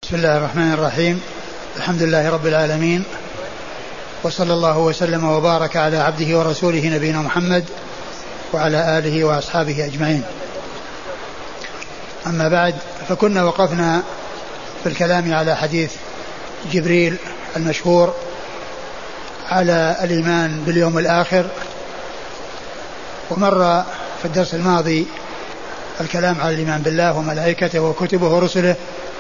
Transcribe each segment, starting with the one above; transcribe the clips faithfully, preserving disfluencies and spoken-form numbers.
بسم الله الرحمن الرحيم. الحمد لله رب العالمين، وصلى الله وسلم وبارك على عبده ورسوله نبينا محمد وعلى آله وأصحابه أجمعين. أما بعد، فكنا وقفنا في الكلام على حديث جبريل المشهور على الإيمان باليوم الآخر، ومر في الدرس الماضي الكلام على الإيمان بالله وملائكته وكتبه ورسله.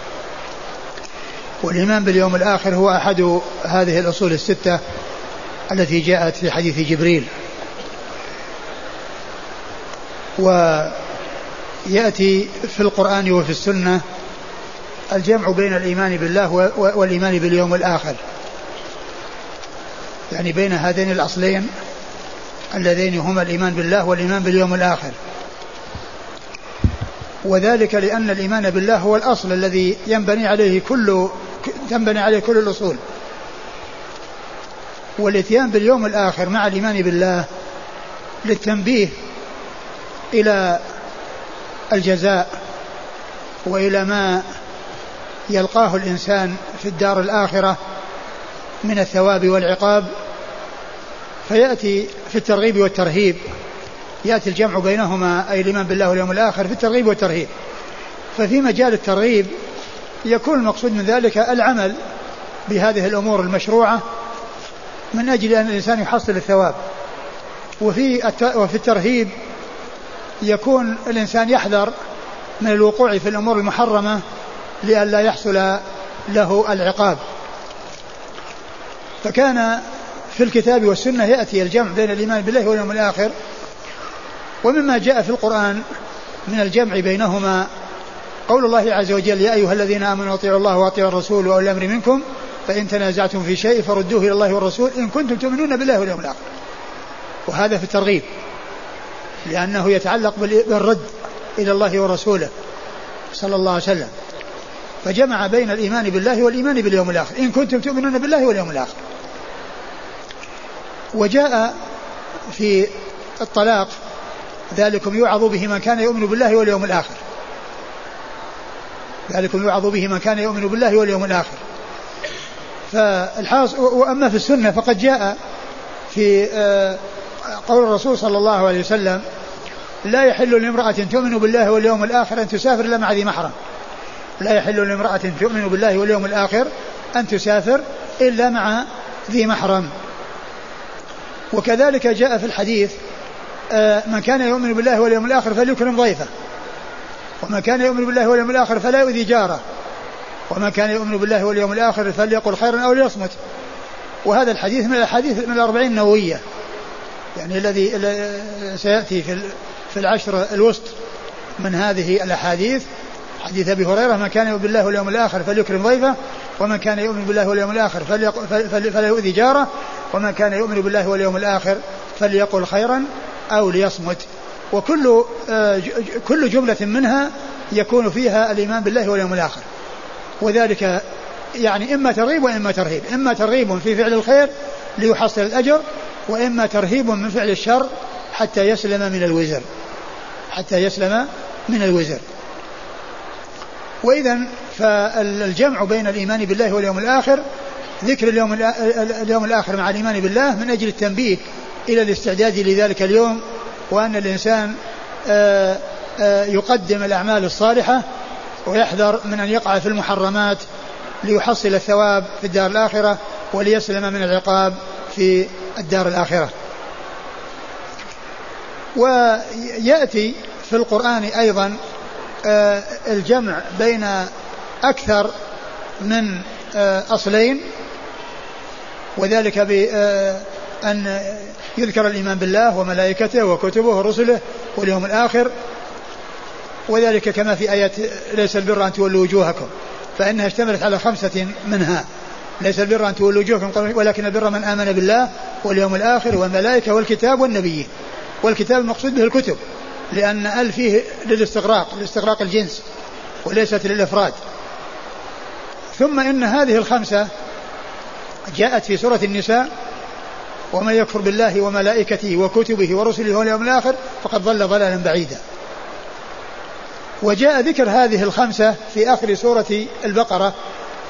والإيمان باليوم الآخر هو أحد هذه الأصول الستة التي جاءت في حديث جبريل، ويأتي في القرآن وفي السنة الجمع بين الإيمان بالله والإيمان باليوم الآخر، يعني بين هذين الأصلين اللذين هما الإيمان بالله والإيمان باليوم الآخر. وذلك لأن الإيمان بالله هو الأصل الذي ينبني عليه كل تنبني عليه كل الأصول، والاتيان باليوم الآخر مع الإيمان بالله للتنبيه إلى الجزاء وإلى ما يلقاه الإنسان في الدار الآخرة من الثواب والعقاب. فيأتي في الترغيب والترهيب، يأتي الجمع بينهما أي الإيمان بالله واليوم الآخر في الترغيب والترهيب. ففي مجال الترغيب يكون المقصود من ذلك العمل بهذه الأمور المشروعة من أجل أن الإنسان يحصل الثواب، وفي وفي الترهيب يكون الإنسان يحذر من الوقوع في الأمور المحرمة لئلا يحصل له العقاب. فكان في الكتاب والسنة يأتي الجمع بين الإيمان بالله واليوم الآخر. ومما جاء في القرآن من الجمع بينهما قول الله عز وجل: يا أيها الذين آمنوا اطيعوا الله واطيعوا الرسول وأولي الأمر منكم فإن تنازعتم في شيء فردوه إلى الله والرسول إن كنتم تؤمنون بالله واليوم الآخر. وهذا في الترغيب لأنه يتعلق بالرد إلى الله ورسوله صلى الله عليه وسلم، فجمع بين الإيمان بالله والإيمان باليوم الآخر إن كنتم تؤمنون بالله واليوم الآخر. وجاء في الطلاق: ذلكم يوعظ به من كان يؤمن بالله واليوم الآخر، ذلكم يوعظ به من كان يؤمن بالله واليوم الآخر. فالحاصل. وأما في السنة فقد جاء في قول الرسول صلى الله عليه وسلم: لا يحل لامرأة تؤمن بالله واليوم الآخر أن تسافر إلا مع ذي محرم. لا يحل لامرأة تؤمن بالله واليوم الآخر أن تسافر إلا مع ذي محرم. وكذلك جاء في الحديث: من كان يؤمن بالله واليوم الآخر فليكرم ضيفه، ومن كان يؤمن بالله واليوم الآخر فلا يؤذي جاره، ومن كان يؤمن بالله واليوم الآخر فليقل خيرا أو ليصمت. وهذا الحديث من الحديث من الأربعين النووية، يعني الذي سيأتي في في العشر الوسط من هذه الأحاديث. حديث أبي هريرة: من كان يؤمن بالله واليوم الآخر فليكرم ضيفه، ومن كان يؤمن بالله واليوم الآخر فلا يؤذي جاره، ومن كان يؤمن بالله واليوم الآخر فليقل خيرا أو ليصمت. وكل كل جملة منها يكون فيها الإيمان بالله واليوم الآخر، وذلك يعني إما ترغيب وإما ترهيب، إما ترغيب في فعل الخير ليحصل الأجر، وإما ترهيب من فعل الشر حتى يسلم من الوزر حتى يسلم من الوزر. وإذن فالجمع بين الإيمان بالله واليوم الآخر، ذكر اليوم اليوم الآخر مع الإيمان بالله من أجل التنبيه إلى الاستعداد لذلك اليوم، وأن الإنسان يقدم الأعمال الصالحة ويحذر من أن يقع في المحرمات ليحصل الثواب في الدار الآخرة وليسلم من العقاب في الدار الآخرة. ويأتي في القرآن أيضا الجمع بين أكثر من أصلين، وذلك بأن يذكر الإيمان بالله وملائكته وكتبه ورسله واليوم الآخر، وذلك كما في آية: ليس البر أن تولوا وجوهكم، فإنها اشتملت على خمسة منها: ليس البر أن تولوا وجوهكم ولكن البر من آمن بالله واليوم الآخر والملائكة والكتاب والنبيين. والكتاب المقصود به الكتب، لأن ال فيه للاستغراق لاستغراق الجنس وليست للإفراد. ثم إن هذه الخمسة جاءت في سورة النساء: ومن يكفر بالله وملائكته وكتبه ورسله واليوم الآخر فقد ضل ضلالا بعيدا. وجاء ذكر هذه الخمسة في آخر سورة البقرة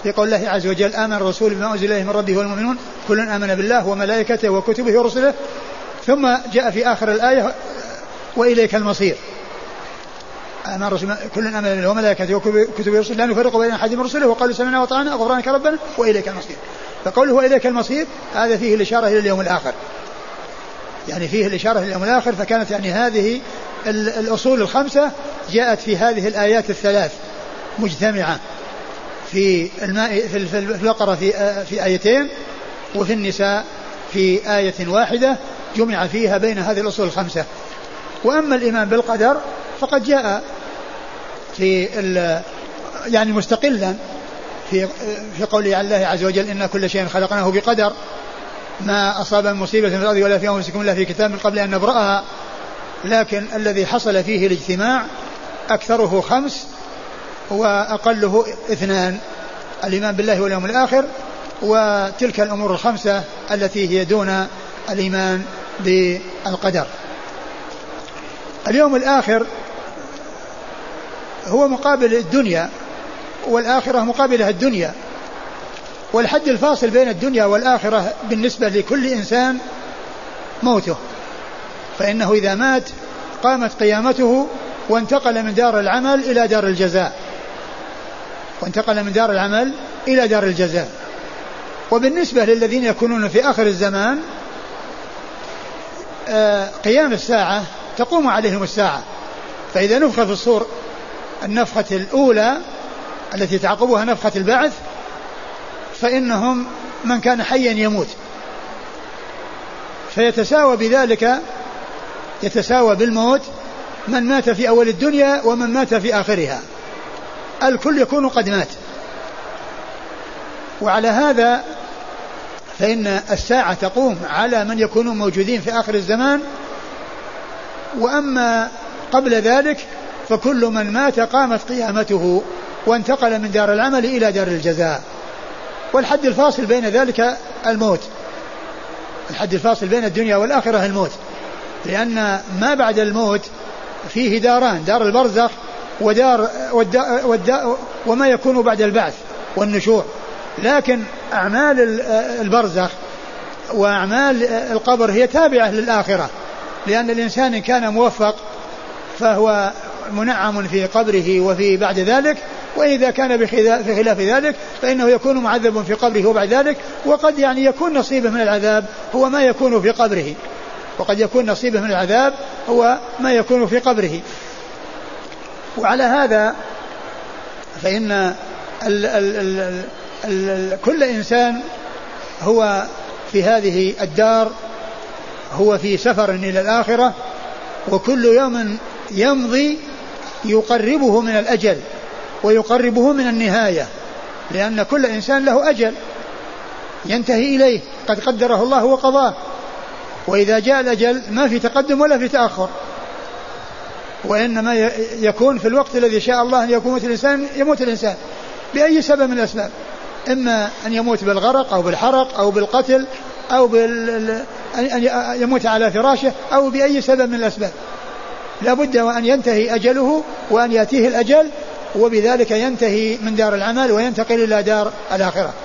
في قول الله عز وجل آمن الرسول بما أنزل إليه من ربه والمؤمنون كل آمن بالله وملائكته وكتبه ورسله، ثم جاء في آخر الآية وإليك المصير. آمن الرسول كل آمن بالله وملائكته وكتبه ورسله لا نفرق بين أحد من رسله وقالوا سمعنا وأطعنا غفرانك ربنا وإليك المصير. فقوله وإليك المصير هذا فيه الإشارة إلى اليوم الآخر، يعني فيه الإشارة إلى اليوم الآخر. فكانت يعني هذه الأصول الخمسة جاءت في هذه الآيات الثلاث مجتمعة، في الماء في البقرة في في آيتين، وفي النساء في آية واحدة جمع فيها بين هذه الأصول الخمسة. وأما الإيمان بالقدر فقد جاء في يعني مستقلا في في قوله على الله عز وجل إن كل شيء خلقناه بقدر ما أصاب من مصيبة في الأرض ولا في أنفسكم إلا في كتاب من قبل أن نبرأها. لكن الذي حصل فيه الاجتماع أكثره خمس وأقله اثنان: الإيمان بالله واليوم الآخر، وتلك الأمور الخمسة التي هي دون الإيمان بالقدر. اليوم الآخر هو مقابل الدنيا، والآخرة مقابلها الدنيا، والحد الفاصل بين الدنيا والآخرة بالنسبة لكل إنسان موته، فإنه إذا مات قامت قيامته وانتقل من دار العمل إلى دار الجزاء وانتقل من دار العمل إلى دار الجزاء. وبالنسبة للذين يكونون في آخر الزمان قيام الساعة تقوم عليهم الساعة، فإذا نفخ في الصور النفخة الأولى التي تعقبها نفخة البعث فإنهم من كان حيا يموت، فيتساوى بذلك يتساوى بالموت من مات في أول الدنيا ومن مات في آخرها، الكل يكون قد مات. وعلى هذا فإن الساعة تقوم على من يكونون موجودين في آخر الزمان، وأما قبل ذلك فكل من مات قامت قيامته وانتقل من دار العمل إلى دار الجزاء. والحد الفاصل بين ذلك الموت، الحد الفاصل بين الدنيا والآخرة الموت، لأن ما بعد الموت فيه داران: دار البرزخ ودار والدا والدا وما يكون بعد البعث والنشور. لكن أعمال البرزخ وأعمال القبر هي تابعة للآخرة، لأن الإنسان إن كان موفق فهو منعم في قبره وفي بعد ذلك، وإذا كان في خلاف ذلك فإنه يكون معذب في قبره وبعد ذلك، وقد يعني يكون نصيبه من العذاب هو ما يكون في قبره وقد يكون نصيبه من العذاب هو ما يكون في قبره. وعلى هذا فإن ال ال ال ال كل إنسان هو في هذه الدار هو في سفر إلى الآخرة، وكل يوم يمضي يقربه من الأجل ويقربه من النهاية، لأن كل إنسان له أجل ينتهي إليه قد قدره الله وقضاه، وإذا جاء الأجل ما في تقدم ولا في تأخر، وإنما يكون في الوقت الذي شاء الله أن يموت الإنسان يموت الإنسان بأي سبب من الأسباب، إما أن يموت بالغرق أو بالحرق أو بالقتل أو بال... أن يموت على فراشه أو بأي سبب من الأسباب، لا بد وأن ينتهي أجله وأن يأتيه الأجل، وبذلك ينتهي من دار العمل وينتقل إلى دار الآخرة.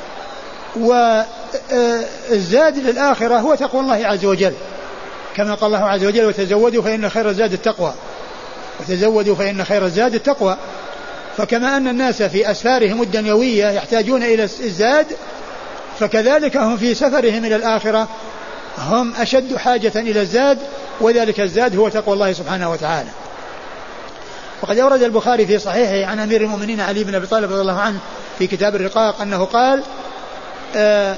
والزاد للآخرة هو تقوى الله عز وجل، كما قال الله عز وجل: وتزودوا فإن خير الزاد التقوى وتزودوا فإن خير الزاد التقوى. فكما أن الناس في أسفارهم الدنيوية يحتاجون إلى الزاد، فكذلك هم في سفرهم إلى الآخرة هم أشد حاجة إلى الزاد، وذلك الزاد هو تقوى الله سبحانه وتعالى. وقد أورد البخاري في صحيحه عن أمير المؤمنين علي بن أبي طالب رضي الله عنه في كتاب الرقاق أنه قال آه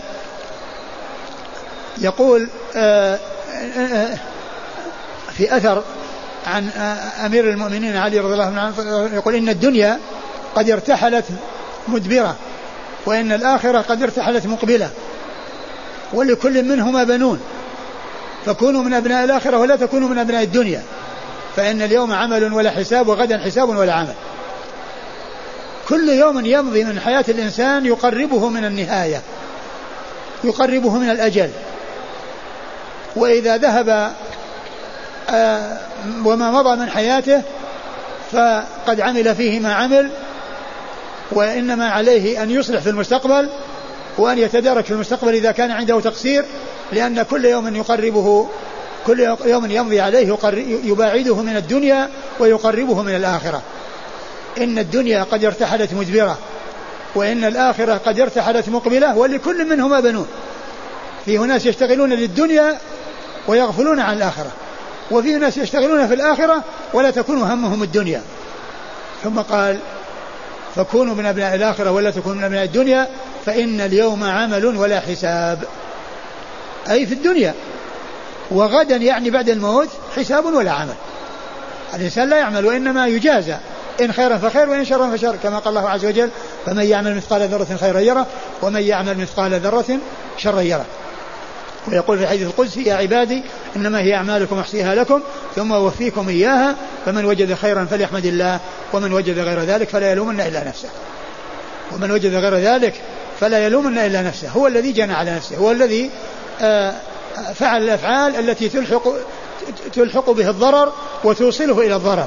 يقول آه آه في أثر عن أمير المؤمنين علي رضي الله عنه يقول: إن الدنيا قد ارتحلت مدبرة وإن الآخرة قد ارتحلت مقبلة، ولكل منهما بنون، فكونوا من أبناء الآخرة ولا تكونوا من أبناء الدنيا، فإن اليوم عمل ولا حساب وغدا حساب ولا عمل. كل يوم يمضي من حياة الإنسان يقربه من النهاية، يقربه من الأجل، وإذا ذهب آه وما مضى من حياته فقد عمل فيه ما عمل وإنما عليه أن يصلح في المستقبل وأن يتدارك في المستقبل إذا كان عنده تقصير، لأن كل يوم يقربه كل يوم يمضي عليه يباعده من الدنيا ويقربه من الآخرة. إن الدنيا قد ارتحلت مدبرة وإن الآخرة قد ارتحلت مقبلة ولكل منهما بنون. في ناس يشتغلون للدنيا ويغفلون عن الآخرة، وفي ناس يشتغلون في الآخرة ولا تكون همهم الدنيا. ثم قال فكونوا من أبناء الآخرة ولا تكونوا من أبناء الدنيا فإن اليوم عمل ولا حساب، أي في الدنيا، وغدا يعني بعد الموت حساب ولا عمل. الإنسان لا يعمل وإنما يجازى، إن خيرا فخير وإن شرا فشر، كما قال الله عز وجل فمن يعمل مثقال ذرة خيرا يره ومن يعمل مثقال ذرة شرا يره. ويقول في الحديث القدسي يا عبادي إنما هي أعمالكم أحصيها لكم ثم أوفيكم إياها فمن وجد خيرا فليحمد الله ومن وجد غير ذلك فلا يلومن إلا نفسه. ومن وجد غير ذلك فلا يلومن إلا نفسه، هو الذي جنى على نفسه، هو الذي آه فعل الأفعال التي تلحق, تلحق به الضرر وتوصله إلى الضرر.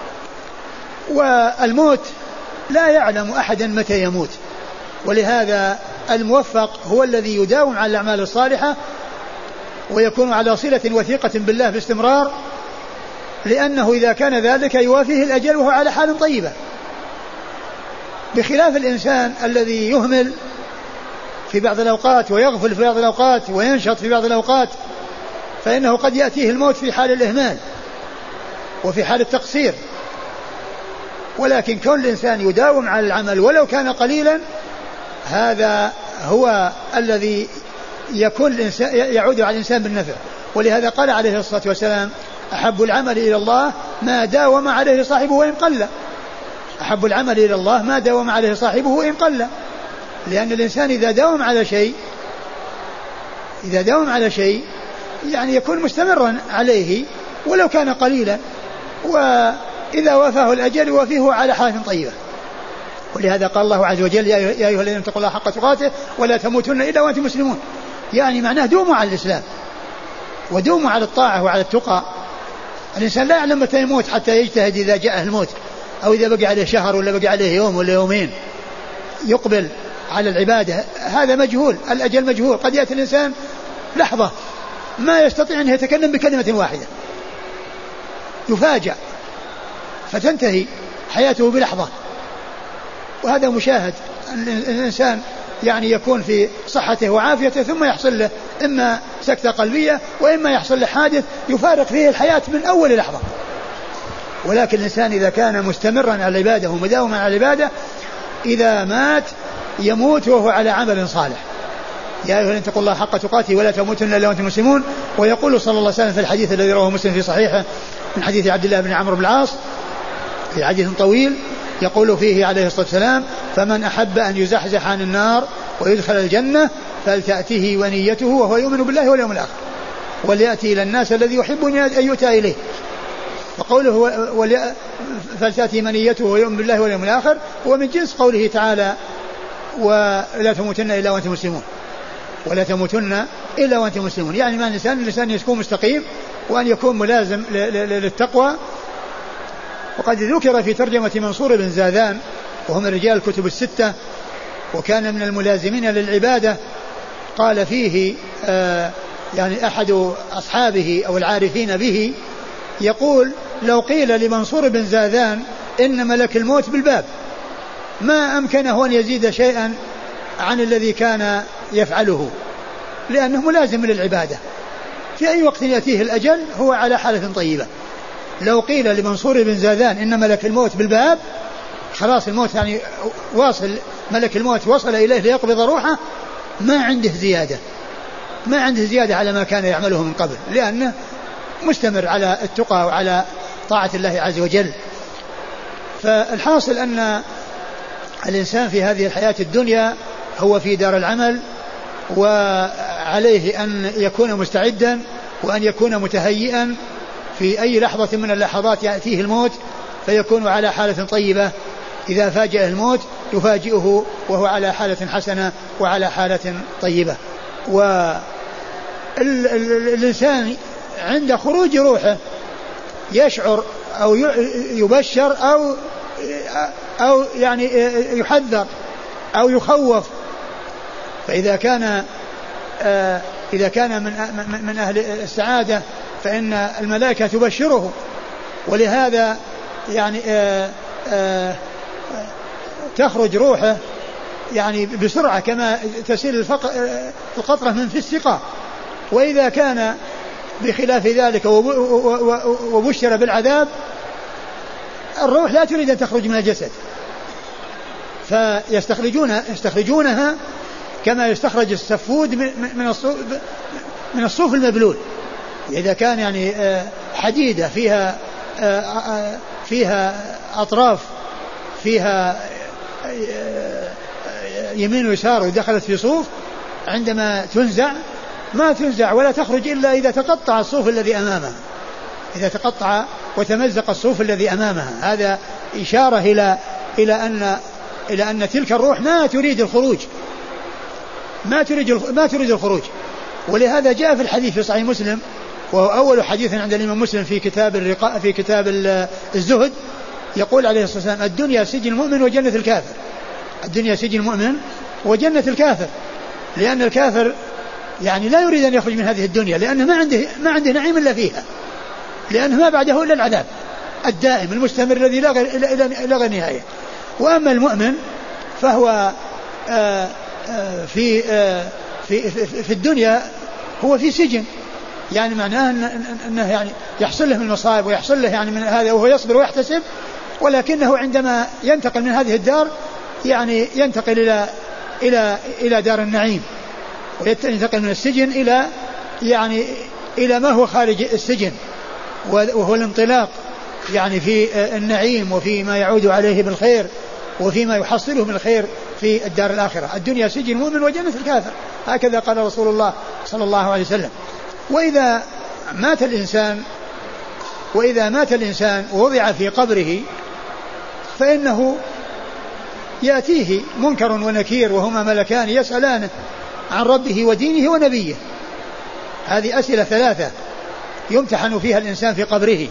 والموت لا يعلم أحدا متى يموت، ولهذا الموفق هو الذي يداوم على الأعمال الصالحة ويكون على صلة وثيقة بالله باستمرار، لأنه إذا كان ذلك يوافيه الأجل وهو على حال طيبة، بخلاف الإنسان الذي يهمل في بعض الأوقات ويغفل في بعض الأوقات وينشط في بعض الأوقات، فإنه قد يأتيه الموت في حال الإهمال وفي حال التقصير. ولكن كون الإنسان يداوم على العمل ولو كان قليلا هذا هو الذي يكون الإنسان يعود على الإنسان بالنفع. ولهذا قال عليه الصلاة والسلام أحب العمل إلى الله ما داوم عليه صاحبه وإن قل. أحب العمل إلى الله ما داوم عليه صاحبه وإن قل، لأن الإنسان إذا داوم على شيء إذا داوم على شيء يعني يكون مستمرا عليه ولو كان قليلا، وإذا وافاه الأجل وفيه على حال طيبة. ولهذا قال الله عز وجل يا أيها الذين اتقوا الله حق تقاته ولا تموتن إلا وأنتم مسلمون، يعني معناه دوموا على الإسلام ودوموا على الطاعة وعلى التقى. الإنسان لا يعلم متى يموت حتى يجتهد إذا جاءه الموت، أو إذا بقي عليه شهر ولا بقي عليه يوم ولا يومين يقبل على العبادة، هذا مجهول. الأجل مجهول، قد يأتي الإنسان لحظة ما يستطيع أن يتكلم بكلمة واحدة يفاجأ فتنتهي حياته بلحظة، وهذا مشاهد. الإنسان يعني يكون في صحته وعافيته ثم يحصل له إما سكتة قلبية وإما يحصل له حادث يفارق فيه الحياة من أول لحظة. ولكن الإنسان إذا كان مستمرا على العبادة ومداوما على العبادة إذا مات يموت وهو على عمل صالح. يا أيها الذين اتقوا الله حق تقاته ولا تموتن إلا وأنتم مسلمون. ويقول صلى الله عليه وسلم في الحديث الذي رواه مسلم في صحيحه من حديث عبد الله بن عمرو بن العاص في حديث طويل يقول فيه عليه الصلاة والسلام فمن أحب أن يزحزح عن النار ويدخل الجنة فلتأته ونيته وهو يؤمن بالله واليوم الآخر وليأتي إلى الناس الذي يحب أن يؤتى إليه. وقوله فلتأتي منيته وهو يؤمن بالله واليوم الآخر هو من جنس قوله تعالى ولا تموتن إلا وأنتم مسلمون، ولا تموتن إلا وأنتم مسلمون، يعني ما الإنسان الإنسان يكون مستقيم وأن يكون ملازم للتقوى. وقد ذكر في ترجمة منصور بن زاذان وهو من رجال الكتب الستة وكان من الملازمين للعبادة، قال فيه آه يعني أحد أصحابه أو العارفين به يقول لو قيل لمنصور بن زاذان إن ملك الموت بالباب ما أمكنه أن يزيد شيئا عن الذي كان يفعله، لأنه ملازم للعبادة في أي وقت يأتيه الأجل هو على حالة طيبة. لو قيل لمنصور بن زاذان إن ملك الموت بالباب خلاص الموت يعني واصل، ملك الموت وصل إليه ليقبض روحه، ما عنده زيادة ما عنده زيادة على ما كان يعمله من قبل، لأنه مستمر على التقى وعلى طاعة الله عز وجل. فالحاصل أن الإنسان في هذه الحياة الدنيا هو في دار العمل، وعليه أن يكون مستعدا وأن يكون متهيئا في أي لحظة من اللحظات يأتيه الموت فيكون على حالة طيبة. إذا فاجأه الموت يفاجئه وهو على حالة حسنة وعلى حالة طيبة. والإنسان عند خروج روحه يشعر أو يبشر أو أو يعني يحذر أو يخوف. فإذا كان إذا كان من من أهل السعادة فإن الملائكة تبشره. ولهذا يعني تخرج روحه يعني بسرعة كما تسيل القطرة من في السقاء. وإذا كان بخلاف ذلك وبشر بالعذاب الروح لا تريد أن تخرج من الجسد فيستخرجون يستخرجونها كما يستخرج السفود من الصوف من الصوف المبلول. إذا كان يعني حديدة فيها فيها أطراف فيها يمين ويسار ودخلت في صوف عندما تنزع ما تنزع ولا تخرج إلا إذا تقطع الصوف الذي أمامها إذا تقطع وتمزق الصوف الذي أمامها. هذا إشارة إلى إلى أن إلى أن تلك الروح ما تريد الخروج ما تريد ما تريد الخروج. ولهذا جاء في الحديث في صحيح مسلم وهو أول حديث عند الإمام مسلم في كتاب الرقاء في كتاب الزهد يقول عليه الصلاة والسلام الدنيا سجن المؤمن وجنة الكافر. الدنيا سجن المؤمن وجنة الكافر لأن الكافر يعني لا يريد أن يخرج من هذه الدنيا لأنه ما عنده ما عنده نعيم إلا فيها لأنه ما بعده إلا العذاب الدائم المستمر الذي لا غير نهاية. وأما المؤمن فهو آآ آآ في, آآ في, في في الدنيا هو في سجن يعني معناه أنه يعني يحصل له من المصائب ويحصل له يعني من هذا وهو يصبر ويحتسب ولكنه عندما ينتقل من هذه الدار يعني ينتقل إلى إلى إلى دار النعيم وينتقل من السجن إلى يعني إلى ما هو خارج السجن وهو الانطلاق يعني في النعيم وفي ما يعود عليه بالخير وفيما يحصله من الخير في الدار الآخرة. الدنيا سجن المؤمن وجنة الكافر هكذا قال رسول الله صلى الله عليه وسلم. وإذا مات الإنسان وإذا مات الإنسان ووضع في قبره فإنه يأتيه منكر ونكير وهما ملكان يسألانه عن ربه ودينه ونبيه. هذه أسئلة ثلاثة يمتحن فيها الإنسان في قبره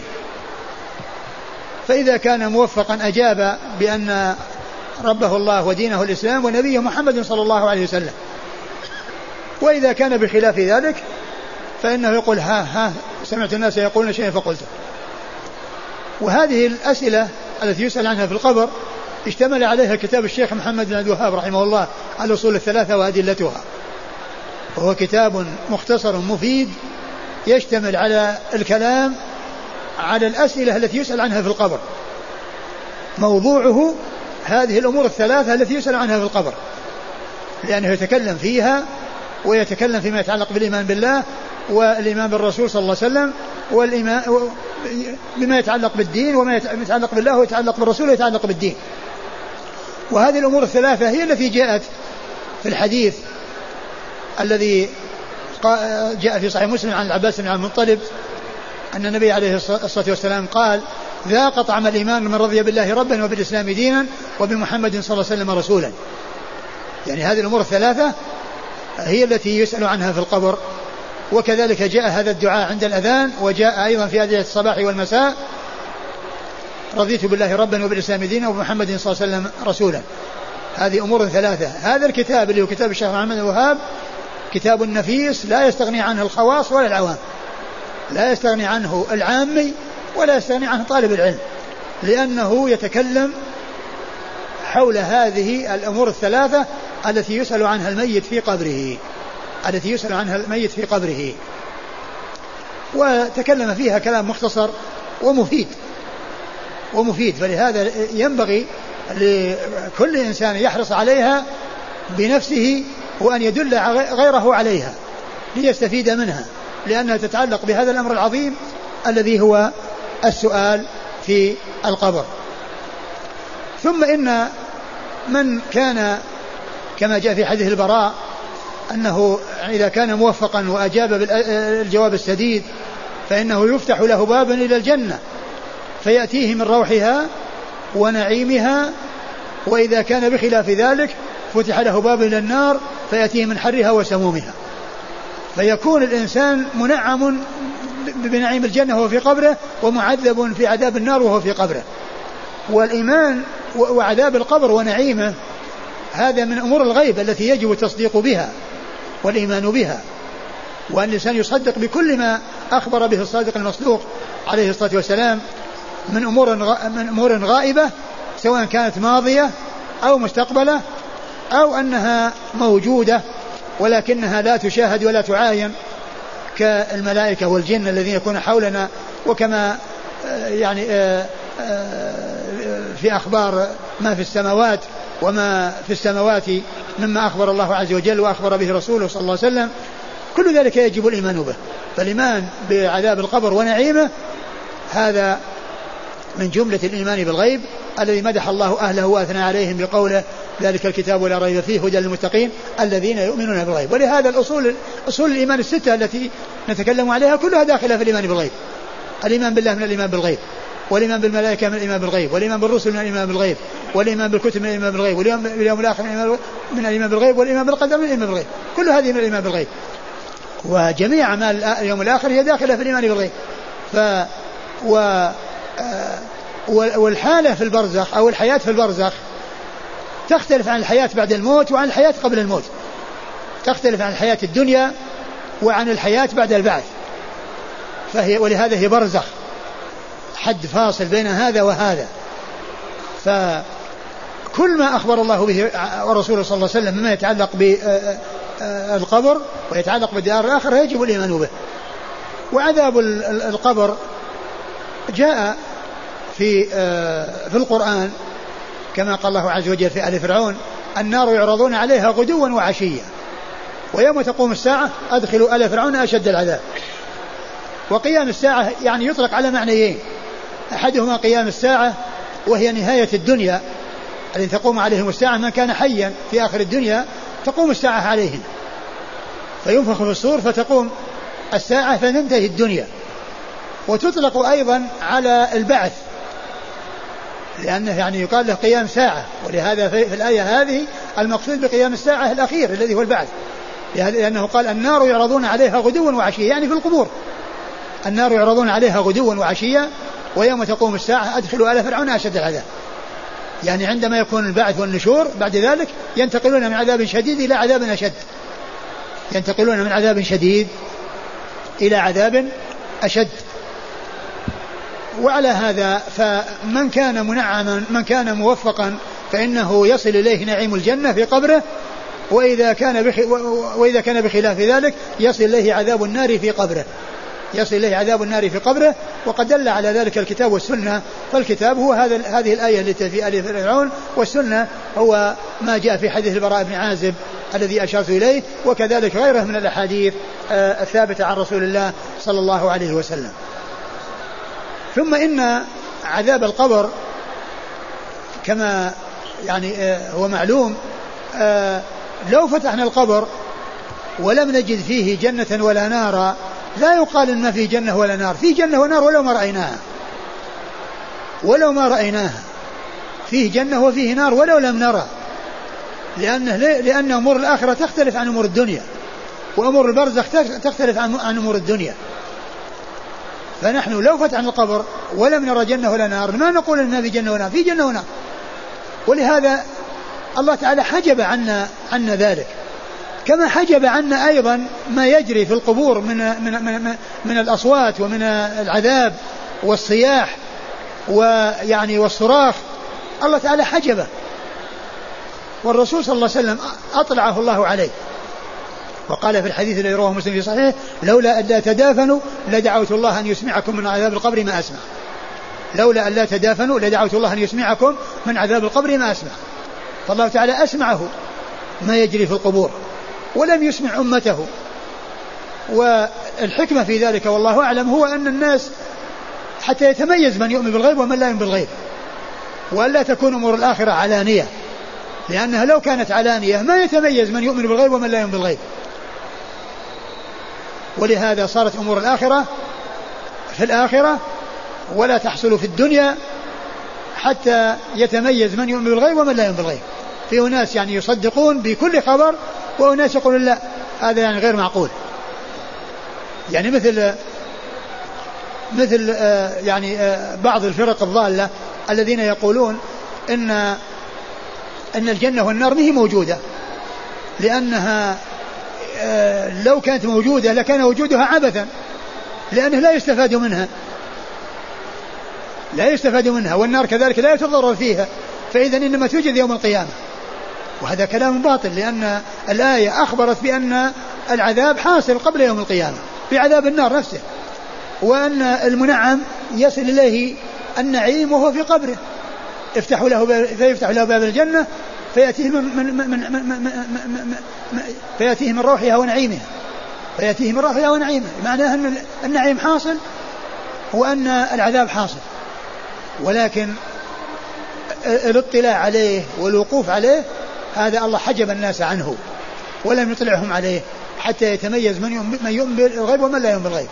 فإذا كان موفقا أجاب بأن ربه الله ودينه الإسلام ونبيه محمد صلى الله عليه وسلم. وإذا كان بخلاف ذلك فإنه يقول ها ها سمعت الناس يقولون شيئا فقلته. وهذه الأسئلة التي يسأل عنها في القبر اشتمل عليها كتاب الشيخ محمد بن عبد الوهاب رحمه الله على الأصول الثلاثة وأدلتها وهو كتاب مختصر مفيد يشتمل على الكلام على الأسئلة التي يسأل عنها في القبر. موضوعه هذه الأمور الثلاثة التي يسأل عنها في القبر لأنه يتكلم فيها ويتكلم فيما يتعلق بالإيمان بالله والإيمان بالرسول صلى الله عليه وسلم والإيمان بما يتعلق بالدين وما يتعلق بالله ويتعلق بالرسول ويتعلق بالدين. وهذه الأمور الثلاثة هي التي جاءت في الحديث الذي جاء في صحيح مسلم عن العباس بن عبد المطلب أن النبي عليه الصلاة والسلام قال ذاق طعم الإيمان من رضي بالله ربا وبالإسلام دينا وبمحمد صلى الله عليه وسلم رسولا. يعني هذه الأمور الثلاثة هي التي يسأل عنها في القبر. وكذلك جاء هذا الدعاء عند الأذان وجاء أيضا في أدعية الصباح والمساء رضيت بالله ربا وبالإسلام دينا وبمحمد صلى الله عليه وسلم رسولا. هذه أمور ثلاثة. هذا الكتاب اللي هو كتاب الشيخ محمد بن الوهاب كتاب نفيس لا يستغني عنه الخواص ولا العوام لا يستغني عنه العامي ولا يستغني عنه طالب العلم لأنه يتكلم حول هذه الأمور الثلاثة التي يسأل عنها الميت في قبره التي يسأل عنها الميت في قبره وتكلم فيها كلام مختصر ومفيد ومفيد فلهذا ينبغي لكل إنسان يحرص عليها بنفسه وأن يدل غيره عليها ليستفيد منها لأنها تتعلق بهذا الأمر العظيم الذي هو السؤال في القبر. ثم إن من كان كما جاء في حديث البراء أنه إذا كان موفقا وأجاب بالجواب السديد فإنه يفتح له بابا إلى الجنة فيأتيه من روحها ونعيمها وإذا كان بخلاف ذلك فتح له باب إلى النار فيأتيه من حرها وسمومها فيكون الإنسان منعم بنعيم الجنة وهو في قبره ومعذب في عذاب النار وهو في قبره. والإيمان وعذاب القبر ونعيمه هذا من أمور الغيب التي يجب التصديق بها والإيمان بها، وأن الإنسان يصدق بكل ما أخبر به الصادق المصدوق عليه الصلاة والسلام من أمور من أمور غائبة سواء كانت ماضية أو مستقبلة أو أنها موجودة ولكنها لا تشاهد ولا تعاين كالملائكة والجن الذين يكون حولنا، وكما يعني في أخبار ما في السماوات وما في السماوات مما أخبر الله عز وجل وأخبر به رسوله صلى الله عليه وسلم، كل ذلك يجب الإيمان به. فالإيمان بعذاب القبر ونعيمه هذا من جملة الإيمان بالغيب الذي مدح الله أهله وأثنى عليهم بقوله ذلك الكتاب لا ريب فيه هدى للمتقين الذين يؤمنون بالغيب. ولهذا الأصول أصول الإيمان الستة التي نتكلم عليها كلها داخلة في الإيمان بالغيب. الإيمان بالله من الإيمان بالغيب، والإيمان بالملائكة من الإيمان بالغيب، والإيمان بالرسل من الإيمان بالغيب، والإيمان بالكتب من الإيمان بالغيب، واليوم باليوم الآخر من الإيمان بالغيب، والإيمان بالقدر من الإيمان بالغيب. كل هذه من الإيمان بالغيب، وجميع أعمال اليوم الآخر هي داخلة في الإيمان بالغيب. ف و والحالة في البرزخ أو الحياة في البرزخ تختلف عن الحياة بعد الموت وعن الحياة قبل الموت، تختلف عن الحياة الدنيا وعن الحياة بعد البعث، فهي ولهذا هي برزخ، حد فاصل بين هذا وهذا. فكل ما أخبر الله به ورسوله صلى الله عليه وسلم مما يتعلق بالقبر ويتعلق بالدار الآخرة يجب الإيمان به. وعذاب القبر جاء في في القرآن كما قال الله عز وجل في آل فرعون النار يعرضون عليها غدوا وعشيا ويوم تقوم الساعة أدخلوا آل فرعون أشد العذاب. وقيام الساعة يعني يطلق على معنيين، أحدهما قيام الساعة وهي نهاية الدنيا التي تقوم عليهم الساعة، من كان حيا في آخر الدنيا تقوم الساعة عليهم فينفخ في الصور فتقوم الساعة فتنتهي الدنيا. وتطلق أيضا على البعث لأنه يعني يقال له قيام ساعة، ولهذا في الآية هذه المقصود بقيام الساعة الأخير الذي هو البعث، لأنه قال النار يعرضون عليها غدوا وعشيا، يعني في القبور النار يعرضون عليها غدوا وعشيا ويوم تقوم الساعة أدخلوا آل فرعون أشد العذاب. يعني عندما يكون البعث والنشور بعد ذلك ينتقلون من عذاب شديد إلى عذاب أشد، ينتقلون من عذاب شديد إلى عذاب أشد. وعلى هذا فمن كان منعما من كان موفقا فإنه يصل إليه نعيم الجنة في قبره، وإذا كان بخ... وإذا كان بخلاف ذلك يصل إليه عذاب النار في قبره، يصل إليه عذاب النار في قبره. وقد دل على ذلك الكتاب والسنة، فالكتاب هو هذا هذه الآية التي في آل فرعون، والسنة هو ما جاء في حديث البراء بن عازب الذي أشرت إليه، وكذلك غيره من الأحاديث الثابتة عن رسول الله صلى الله عليه وسلم. ثم إن عذاب القبر كما يعني هو معلوم لو فتحنا القبر ولم نجد فيه جنة ولا نارا لا يقال إن ما فيه جنة ولا نار، فيه جنة ونار ولو ما رأيناها، ولو ما رأيناها فيه جنة وفيه نار ولو لم نرى، لأنه لأن أمور الآخرة تختلف عن أمور الدنيا، وأمور البرزخ تختلف عن أمور الدنيا. فنحن لو فتحنا القبر ولم نرى جنة ولا نار ما نقول إن ما في جنة ونار، في جنة ونار. ولهذا الله تعالى حجب عنا عنا ذلك، كما حجب عنا أيضا ما يجري في القبور من من من, من الأصوات ومن العذاب والصياح ويعني والصراخ، الله تعالى حجبه. والرسول صلى الله عليه وسلم أطلعه الله عليه، وقال في الحديث الذي رواه مسلم في صحيحه لولا ألا تدافنوا لدعوت الله أن يسمعكم من عذاب القبر ما أسمع، لولا ألا تدافنوا لدعوت الله أن يسمعكم من عذاب القبر ما أسمع. فالله تعالى أسمعه ما يجري في القبور ولم يسمع أمته. والحكمة في ذلك والله أعلم هو أن الناس حتى يتميز من يؤمن بالغيب ومن لا يؤمن بالغيب، وألا تكون أمور الآخرة علانية، لأنها لو كانت علانية ما يتميز من يؤمن بالغيب ومن لا يؤمن بالغيب. ولهذا صارت أمور الآخرة في الآخرة ولا تحصل في الدنيا حتى يتميز من يؤمن بالغيب ومن لا يؤمن بالغيب. في ناس يعني يصدقون بكل خبر، وناس يقولون لا هذا يعني غير معقول. يعني مثل مثل آه يعني آه بعض الفرق الضالة الذين يقولون إن أن الجنة والنار ما هي موجودة، لأنها لو كانت موجودة لكان وجودها عبثا، لأنه لا يستفاد منها لا يستفاد منها والنار كذلك لا يتضرر فيها، فإذا إنما توجد يوم القيامة. وهذا كلام باطل، لأن الآية أخبرت بأن العذاب حاصل قبل يوم القيامة بعذاب النار نفسه، وأن المنعم يصل إليه النعيم وهو في قبره، افتحوا له فيفتح له باب الجنة فيأتيه من, من, من, من, من, من, من فيأتيه من روحها ونعيمها فيأتيه من روحها ونعيمها معناه أن النعيم حاصل وأن العذاب حاصل، ولكن الاطلاع عليه والوقوف عليه هذا الله حجب الناس عنه ولم يطلعهم عليه حتى يتميز من يؤمن بالغيب ومن لا يؤمن بالغيب.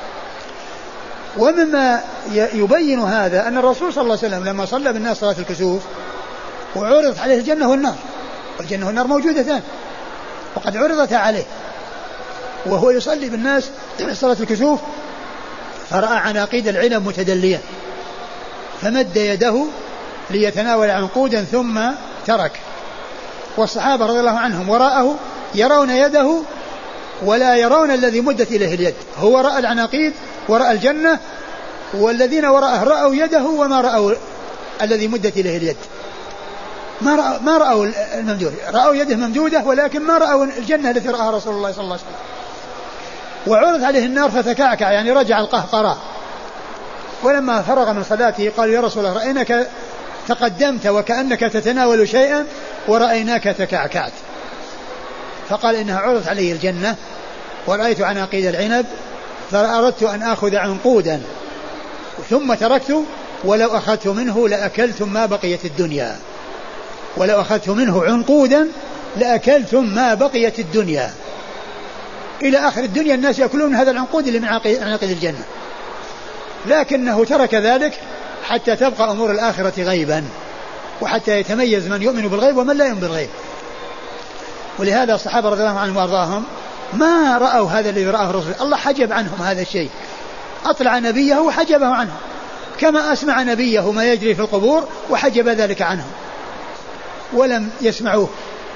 ومما يبين هذا أن الرسول صلى الله عليه وسلم لما صلى بالناس صلاة الكسوف وعرضت عليه الجنة والنار، والجنة والنار موجودتان وقد عرضتا عليه، وهو يصلي بالناس صلاة الكسوف فرأى عناقيد العنب متدلية فمد يده ليتناول عنقودا ثم ترك، والصحابة رضي الله عنهم وراءه يرون يده ولا يرون الذي مدت إليه اليد، هو رأى العناقيد ورأى الجنة، والذين وراءه رأوا يده وما رأوا الذي مدت إليه اليد، ما رأوا, ما رأوا الممدود، رأوا يده ممدودة ولكن ما رأوا الجنة التي رأها رسول الله صلى الله عليه وسلم. وعرض عليه النار فتكعكع يعني رجع القهقرة، ولما فرغ من صلاته قال يا رسول الله رأيناك تقدمت وكأنك تتناول شيئا ورأيناك تكعكعت، فقال إنها عرضت علي الجنة ورأيت عناقيد العنب فأردت أن أخذ عنقودا ثم تركت، ولو أخذت منه لأكلتم ما بقيت الدنيا، ولو أخذت منه عنقودا لأكلتم ما بقيت الدنيا، إلى آخر الدنيا الناس يأكلون هذا العنقود اللي من عناقيد الجنة، لكنه ترك ذلك حتى تبقى أمور الآخرة غيبا وحتى يتميز من يؤمن بالغيب ومن لا يؤمن بالغيب. ولهذا الصحابة رضي الله عنهم وارضاهم ما رأوا هذا الذي رآه الرسول، الله حجب عنهم هذا الشيء، أطلع نبيه وحجبه عنهم، كما أسمع نبيه ما يجري في القبور وحجب ذلك عنهم ولم يسمعوه.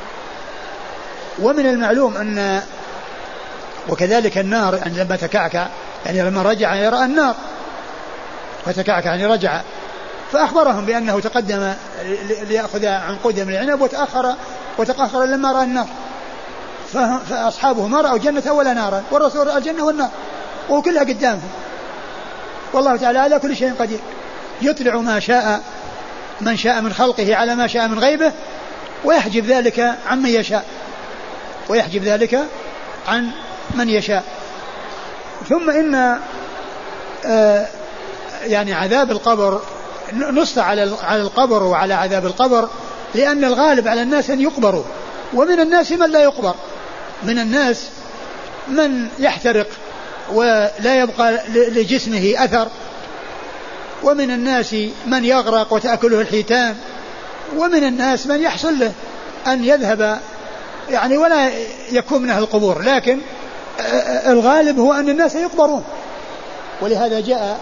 ومن المعلوم أن وكذلك النار يعني لما تكعكع يعني لما رجع يعني رأى النار فتكعكع يعني رجع، فأخبرهم بأنه تقدم ليأخذ عنقودا من العنب وتأخر وتأخر لما رأى النار، فأصحابه ما رأوا جنة ولا نارا، والرسول رأى الجنة والنار وكلها قدامهم، والله تعالى على كل شيء قدير يطلع ما شاء من شاء من خلقه على ما شاء من غيبه ويحجب ذلك عن من يشاء ويحجب ذلك عن من يشاء. ثم إن آه يعني عذاب القبر نص على على القبر وعلى عذاب القبر، لأن الغالب على الناس أن يقبروا، ومن الناس من لا يقبر، من الناس من يحترق ولا يبقى لجسمه أثر، ومن الناس من يغرق وتأكله الحيتان، ومن الناس من يحصل له أن يذهب يعني ولا يكون منه القبور، لكن الغالب هو أن الناس يقبرون. ولهذا جاء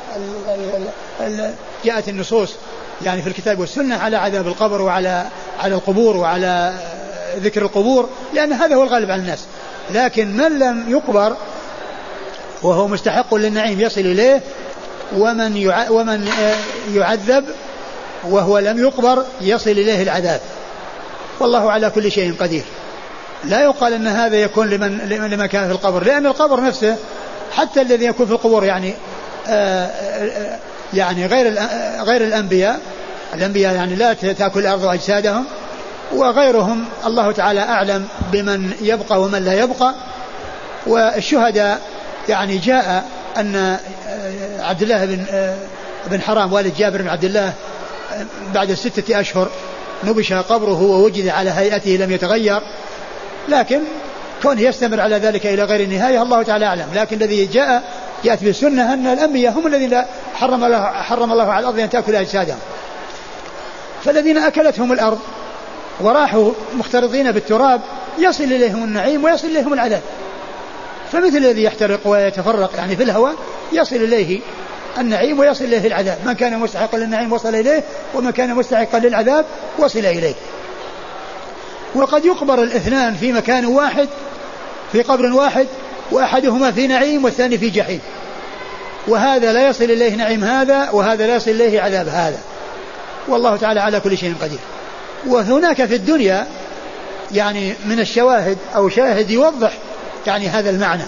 جاءت النصوص يعني في الكتاب والسنة على عذاب القبر وعلى على القبور وعلى ذكر القبور، لأن هذا هو الغالب على الناس. لكن من لم يقبر وهو مستحق للنعيم يصل إليه، ومن ومن يعذب وهو لم يقبر يصل إليه العذاب، والله على كل شيء قدير. لا يقال أن هذا يكون لمن لمن كان في القبر، لأن القبر نفسه حتى الذي يكون في القبور يعني آآ آآ يعني غير غير الأنبياء الأنبياء يعني لا تأكل الأرض أجسادهم، وغيرهم الله تعالى أعلم بمن يبقى ومن لا يبقى. والشهداء يعني جاء أن عبد الله بن بن حرام والد جابر بن عبد الله بعد ستة أشهر نبش قبره ووجد على هيئته لم يتغير، لكن كونه يستمر على ذلك إلى غير النهاية الله تعالى أعلم. لكن الذي جاء جاءت بالسنة أن الأنبياء هم الذين حرم الله, حرم الله على الأرض أن تأكل أجسادهم، فالذين أكلتهم الأرض وراحوا مختلطين بالتراب يصل إليهم النعيم ويصل إليهم العذاب. فمثل الذي يحترق ويتفرق يعني في الهواء يصل إليه النعيم ويصل إليه العذاب. من كان مستحقا للنعيم وصل إليه، ومن كان مستحقا للعذاب وصل إليه. وقد يقبر الاثنان في مكان واحد في قبر واحد، وأحدهما في نعيم والثاني في جحيم، وهذا لا يصل إليه نعيم هذا، وهذا لا يصل إليه عذاب هذا، والله تعالى على كل شيء قدير. وهناك في الدنيا يعني من الشواهد أو شاهد يوضح يعني هذا المعنى،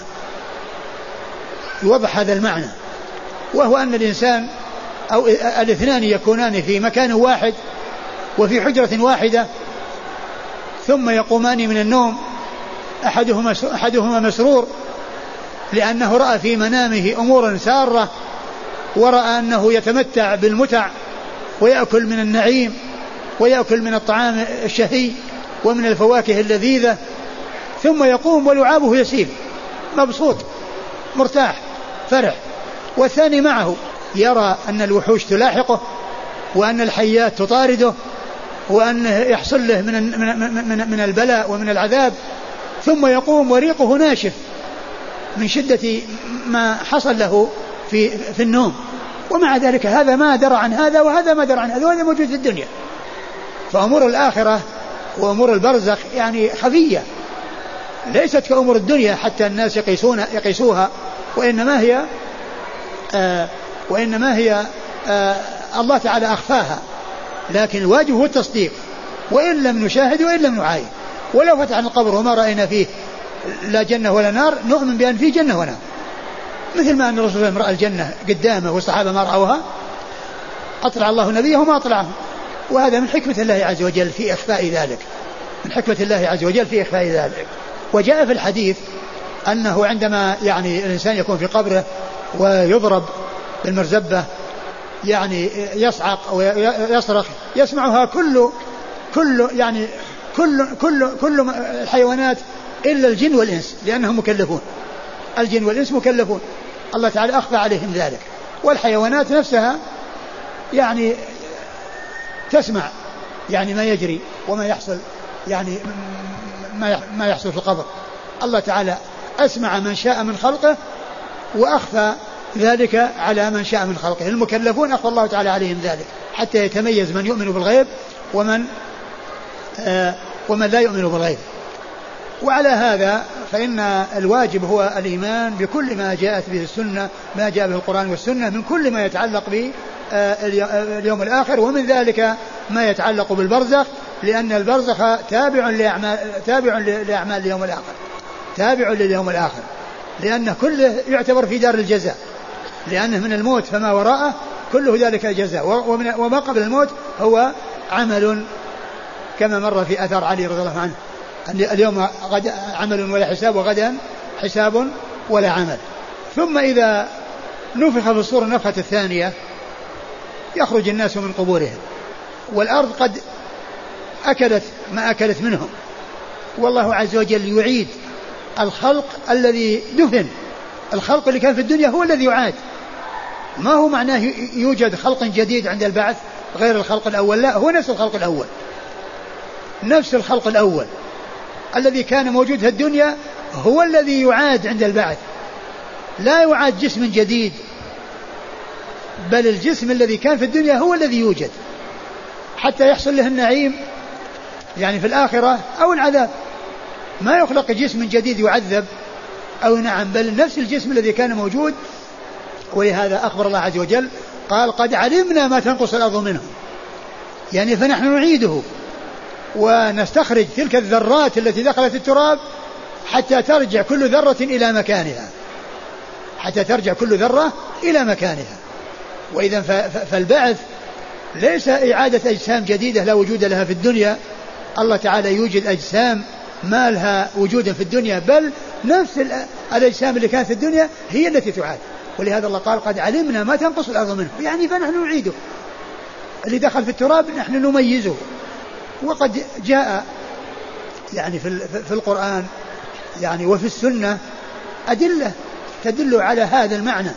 يوضح هذا المعنى، وهو أن الإنسان أو الاثنان يكونان في مكان واحد وفي حجرة واحدة، ثم يقومان من النوم، أحدهما أحدهما مسرور لأنه رأى في منامه أمورا سارة، ورأى أنه يتمتع بالمتع ويأكل من النعيم ويأكل من الطعام الشهي ومن الفواكه اللذيذة، ثم يقوم ولعابه يسيل مبسوط مرتاح فرح، والثاني معه يرى أن الوحوش تلاحقه وأن الحيات تطارده وأن يحصل له من من من البلاء ومن العذاب، ثم يقوم وريقه ناشف من شدة ما حصل له في في النوم، ومع ذلك هذا ما درى عن هذا وهذا ما درى عن هذا، وهذا موجود في الدنيا. فأمور الآخرة وأمور البرزخ يعني خفية، ليست كأمور الدنيا حتى الناس يقيسون يقيسوها، وإنما هي آه وإنما هي آه الله تعالى أخفاها، لكن الواجب هو التصديق، وإن لم نشاهد وإن لم نعاين. ولو فتحنا القبر وما رأينا فيه لا جنة ولا نار، نؤمن بأن فيه جنة ونار، مثل ما أن الرسول صلى الله عليه وسلم رأى الجنة قدامه والصحابة ما رأوها، أطلع الله نبيه وما أطلعهم، وهذا من حكمة الله عز وجل في إخفاء ذلك، من حكمة الله عز وجل في إخفاء ذلك. وجاء في الحديث أنه عندما يعني الإنسان يكون في قبره ويضرب بالمرزبة يعني يصعق ويصرخ يسمعها كل كل يعني كل كل كل الحيوانات إلا الجن والإنس، لأنهم مكلفون، الجن والإنس مكلفون، الله تعالى أخفى عليهم ذلك. والحيوانات نفسها يعني تسمع يعني ما يجري وما يحصل، يعني ما يحصل في القبر، الله تعالى أسمع من شاء من خلقه وأخفى ذلك على من شاء من خلقه. المكلفون أخفى الله تعالى عليهم ذلك حتى يتميز من يؤمن بالغيب ومن آه ومن لا يؤمن بالغيب. وعلى هذا فإن الواجب هو الإيمان بكل ما جاءت به السنة، ما جاء به القرآن والسنة من كل ما يتعلق باليوم الآخر، ومن ذلك ما يتعلق بالبرزخ، لأن البرزخ تابع لأعمال تابع لأعمال اليوم الآخر، تابع لليوم الآخر، لأنه كله يعتبر في دار الجزاء، لأنه من الموت فما وراءه كله ذلك جزاء، وما قبل الموت هو عمل، كما مر في أثر علي رضي الله عنه اليوم غد عمل ولا حساب، وغدا حساب ولا عمل. ثم إذا نفخ في الصور النفخة الثانية يخرج الناس من قبورهم، والأرض قد أكلت ما أكلت منهم، والله عز وجل يعيد الخلق الذي دفن، الخلق اللي كان في الدنيا هو الذي يعاد، ما هو معناه يوجد خلق جديد عند البعث غير الخلق الأول، لا، هو نفس الخلق الأول، نفس الخلق الأول الذي كان موجود في الدنيا هو الذي يعاد عند البعث، لا يعاد جسم جديد، بل الجسم الذي كان في الدنيا هو الذي يوجد حتى يحصل له النعيم يعني في الآخرة أو العذاب. ما يخلق جسم جديد يعذب أو نعم، بل نفس الجسم الذي كان موجود. ولهذا أخبر الله عز وجل قال قد علمنا ما تنقص الأرض منهم، يعني فنحن نعيده ونستخرج تلك الذرات التي دخلت التراب حتى ترجع كل ذرة إلى مكانها، حتى ترجع كل ذرة إلى مكانها. وإذا فالبعث ليس إعادة أجسام جديدة لا وجود لها في الدنيا، الله تعالى يوجد أجسام ما لها وجودا في الدنيا، بل نفس الأجسام اللي كانت في الدنيا هي التي تعاد. ولهذا الله قال قد علمنا ما تنقص الأرض منه، يعني فنحن نعيده، اللي دخل في التراب نحن نميزه. وقد جاء يعني في في القرآن يعني وفي السنة أدلة تدل على هذا المعنى،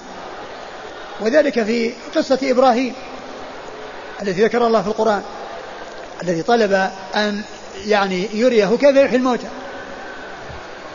وذلك في قصة إبراهيم التي ذكر الله في القرآن، الذي طلب أن يعني يريه كيف يحيي الموتى،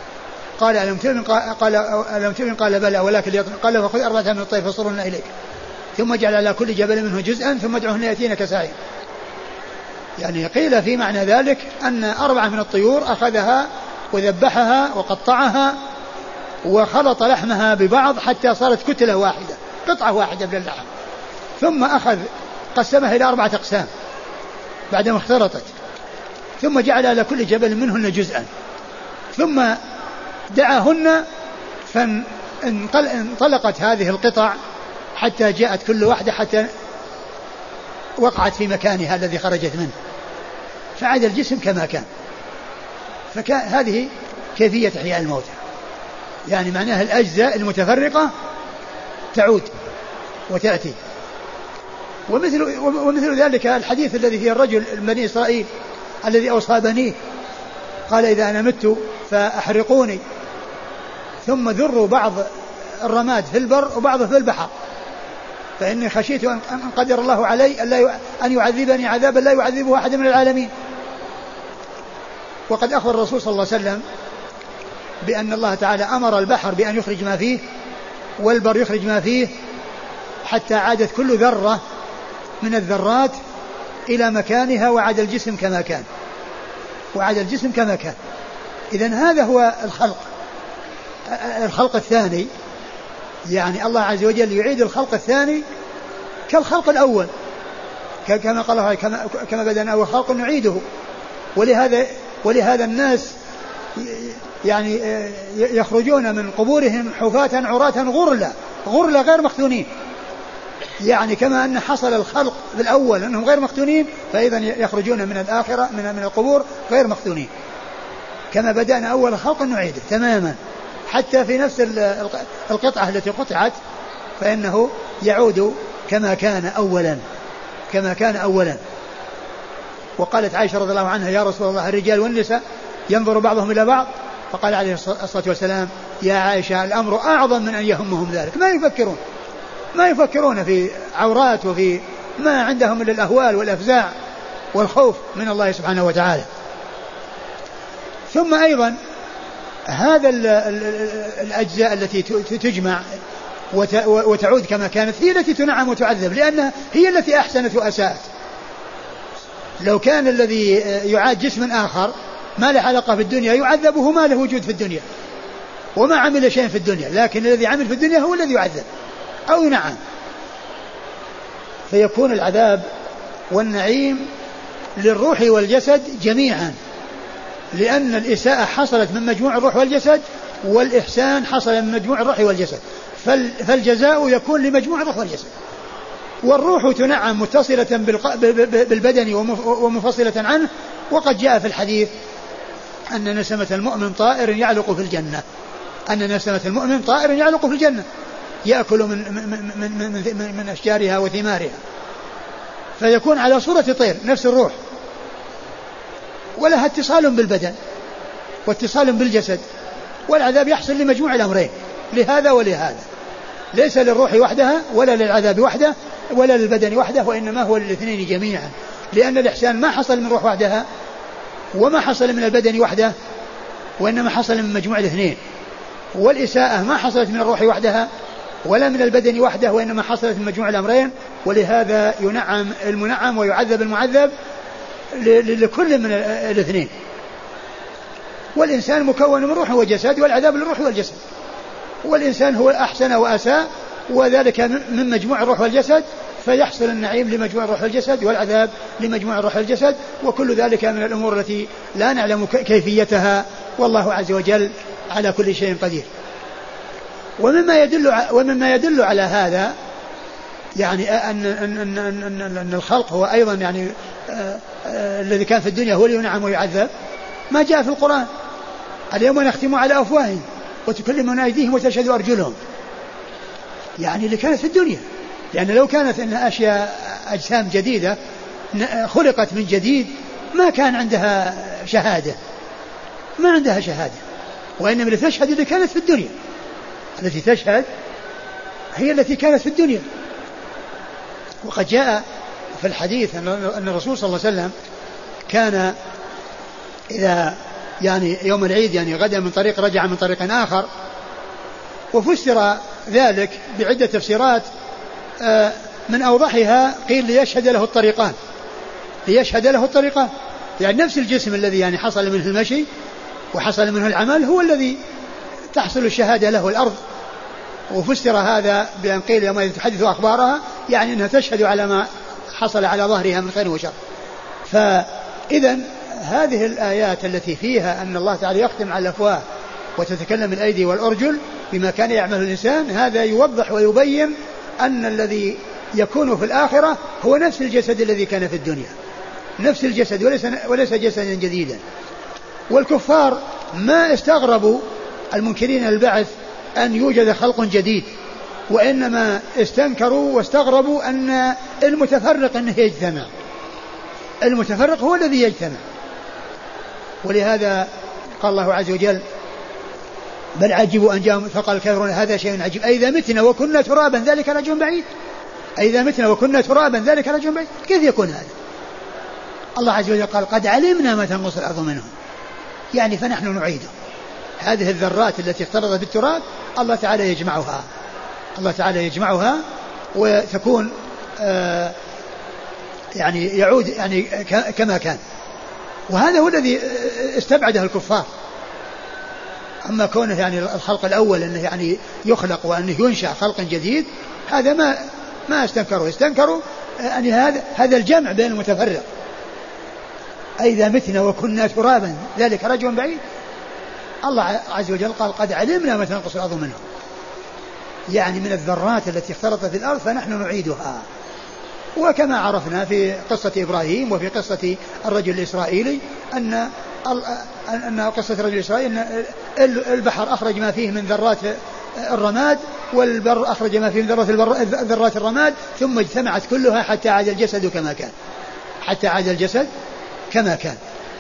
قال ألم تؤمن قال ألم تؤمن قال بلى ولكن ليطمئن، قال فخذ أربعة من الطير فصرنا إليك ثم جعل على كل جبل منه جزءا ثم ادعوهن يأتينك سعيا. يعني قيل في معنى ذلك أن أربعة من الطيور أخذها وذبحها وقطعها وخلط لحمها ببعض حتى صارت كتلة واحدة، قطعة واحدة من اللحم، ثم أخذ قسمها إلى أربعة أقسام بعدما اختلطت، ثم جعل على كل جبل منهن جزءا، ثم دعاهن فانطلقت هذه القطع حتى جاءت كل واحدة حتى وقعت في مكانها الذي خرجت منه، فعاد الجسم كما كان. فكان هذه كيفية إحياء الموتى، يعني معناها الأجزاء المتفرقة تعود وتأتي. ومثل, ومثل ذلك الحديث الذي فيه الرجل بني إسرائيل الذي أوصى بنيه قال إذا أنا مت فأحرقوني ثم ذروا بعض الرماد في البر وبعضه في البحر فإني خشيت أن قدر الله علي أن يعذبني عذابا لا يعذبه أحد من العالمين. وقد أخبر الرسول صلى الله عليه وسلم بأن الله تعالى أمر البحر بأن يخرج ما فيه والبر يخرج ما فيه حتى عادت كل ذرة من الذرات إلى مكانها وعاد الجسم كما كان وعاد الجسم كما كان. إذن هذا هو الخلق الخلق الثاني، يعني الله عز وجل يعيد الخلق الثاني كالخلق الأول كما قال كما, كما بدأنا أول خلق نعيده. ولهذا ولهذا الناس يعني يخرجون من قبورهم حفاة عراة غرلا غرلا غير مختونين، يعني كما أن حصل الخلق بالأول أنهم غير مختونين فإذا يخرجون من الآخرة من من القبور غير مختونين. كما بدأنا أول خلق نعيده تماما، حتى في نفس القطعة التي قطعت فإنه يعود كما كان أولا كما كان أولا. وقالت عائشة رضي الله عنها يا رسول الله الرجال والنساء ينظر بعضهم إلى بعض؟ فقال عليه الصلاة والسلام يا عائشة الأمر أعظم من أن يهمهم ذلك، ما يفكرون ما يفكرون في عورات وفي ما عندهم إلا الأهوال والأفزاع والخوف من الله سبحانه وتعالى. ثم أيضا هذا الأجزاء التي تجمع وتعود كما كانت هي التي تنعم وتعذب، لأنها هي التي أحسنت وأساءت. لو كان الذي يعاد جسم آخر ما له علاقة في الدنيا يعذب وهو ما له وجود في الدنيا وما عمل شيء في الدنيا، لكن الذي عمل في الدنيا هو الذي يعذب أو ينعم، فيكون العذاب والنعيم للروح والجسد جميعا، لأن الإساءة حصلت من مجموع الروح والجسد والإحسان حصل من مجموع الروح والجسد، فالجزاء يكون لمجموع الروح والجسد. والروح تنعم متصلة بالبدن ومفصلة عنه، وقد جاء في الحديث أن نسمة المؤمن طائر يعلق في الجنة أن نسمة المؤمن طائر يعلق في الجنة يأكل من, من, من, من, من أشجارها وثمارها، فيكون على صورة طير نفس الروح، ولها اتصال بالبدن واتصال بالجسد، والعذاب يحصل لمجموع الأمرين لهذا ولهذا، ليس للروح وحدها ولا للعذاب وحده ولا للبدن وحده، وإنما هو للاثنين جميعا، لأن الإحسان ما حصل من روح وحدها وما حصل من البدن وحده وإنما حصل من مجموع الاثنين، والإساءة ما حصلت من الروح وحدها ولا من البدن وحده وإنما حصلت من مجموع الأمرين، ولهذا ينعم المنعم ويعذب المعذب لكل من الاثنين. والإنسان مكون من روح وجسد، والعذاب للروح والجسد، والإنسان هو أحسن وأساء وذلك من مجموع الروح والجسد، فيحصل النعيم لمجموع الروح والجسد والعذاب لمجموع الروح والجسد، وكل ذلك من الأمور التي لا نعلم كيفيتها، والله عز وجل على كل شيء قدير. ومما يدل ومما يدل على هذا يعني أن أن أن أن الخلق هو أيضا يعني آآ آآ الذي كان في الدنيا هو اللي ينعم ويعذب، ما جاء في القرآن اليوم نختم على أفواههم وتكلمنا أيديهم وتشهد أرجلهم، يعني اللي كانت في الدنيا، لأن لو كانت إنها أشياء أجسام جديدة خلقت من جديد ما كان عندها شهادة ما عندها شهادة وإنما اللي تشهد اللي كانت في الدنيا، التي تشهد هي التي كانت في الدنيا. وقد جاء في الحديث أن الرسول صلى الله عليه وسلم كان إذا يعني يوم العيد يعني غدا من طريق رجع من طريق آخر، وفسر ذلك بعدة تفسيرات من أوضحها قيل ليشهد له الطريقان، ليشهد له الطريقان، يعني نفس الجسم الذي يعني حصل منه المشي وحصل منه العمل هو الذي تحصل الشهادة له الأرض. وفسر هذا بأن قيل يوم تحدث أخبارها يعني أنها تشهد على ما حصل على ظهرها من خير وشر. فإذا هذه الآيات التي فيها أن الله تعالى يختم على الأفواه وتتكلم الأيدي والأرجل بما كان يعمل الإنسان، هذا يوضح ويبين أن الذي يكون في الآخرة هو نفس الجسد الذي كان في الدنيا، نفس الجسد وليس, وليس جسدا جديدا. والكفار ما استغربوا المنكرين البعث أن يوجد خلق جديد، وإنما استنكروا واستغربوا أن المتفرق أنه يجتمع، المتفرق هو الذي يجتمع. ولهذا قال الله عز وجل بل عجبوا أن جاءهم فقال الكافرون هذا شيء عجيب أئذا متنا وكنا ترابا ذلك رجل بعيد، أئذا متنا وكنا ترابا ذلك رجل بعيد، كيف يكون هذا؟ الله عز وجل قال قد علمنا ما تنقص الأرض منهم، يعني فنحن نعيده. هذه الذرات التي اختلطت بالتراب الله تعالى يجمعها، الله تعالى يجمعها وتكون آه يعني يعود يعني كما كان. وهذا هو الذي استبعده الكفار. أما كونه يعني الخلق الأول أنه يعني يخلق وأنه ينشأ خلق جديد هذا ما ما استنكروا، استنكروا يعني هذا هذا الجمع بين المتفرق. أئذا متنا وكنا ترابا ذلك رجل بعيد، الله عز وجل قال قد علمنا ما تنقص الأرض منهم، يعني من الذرات التي اختلطت في الأرض فنحن نعيدها. وكما عرفنا في قصة إبراهيم وفي قصة الرجل الإسرائيلي أن أن قصة الرجل الإسرائيلي أن البحر أخرج ما فيه من ذرات الرماد والبر أخرج ما فيه من ذرات ذرات الرماد ثم اجتمعت كلها حتى عاد الجسد كما كان، حتى عاد الجسد كما كان.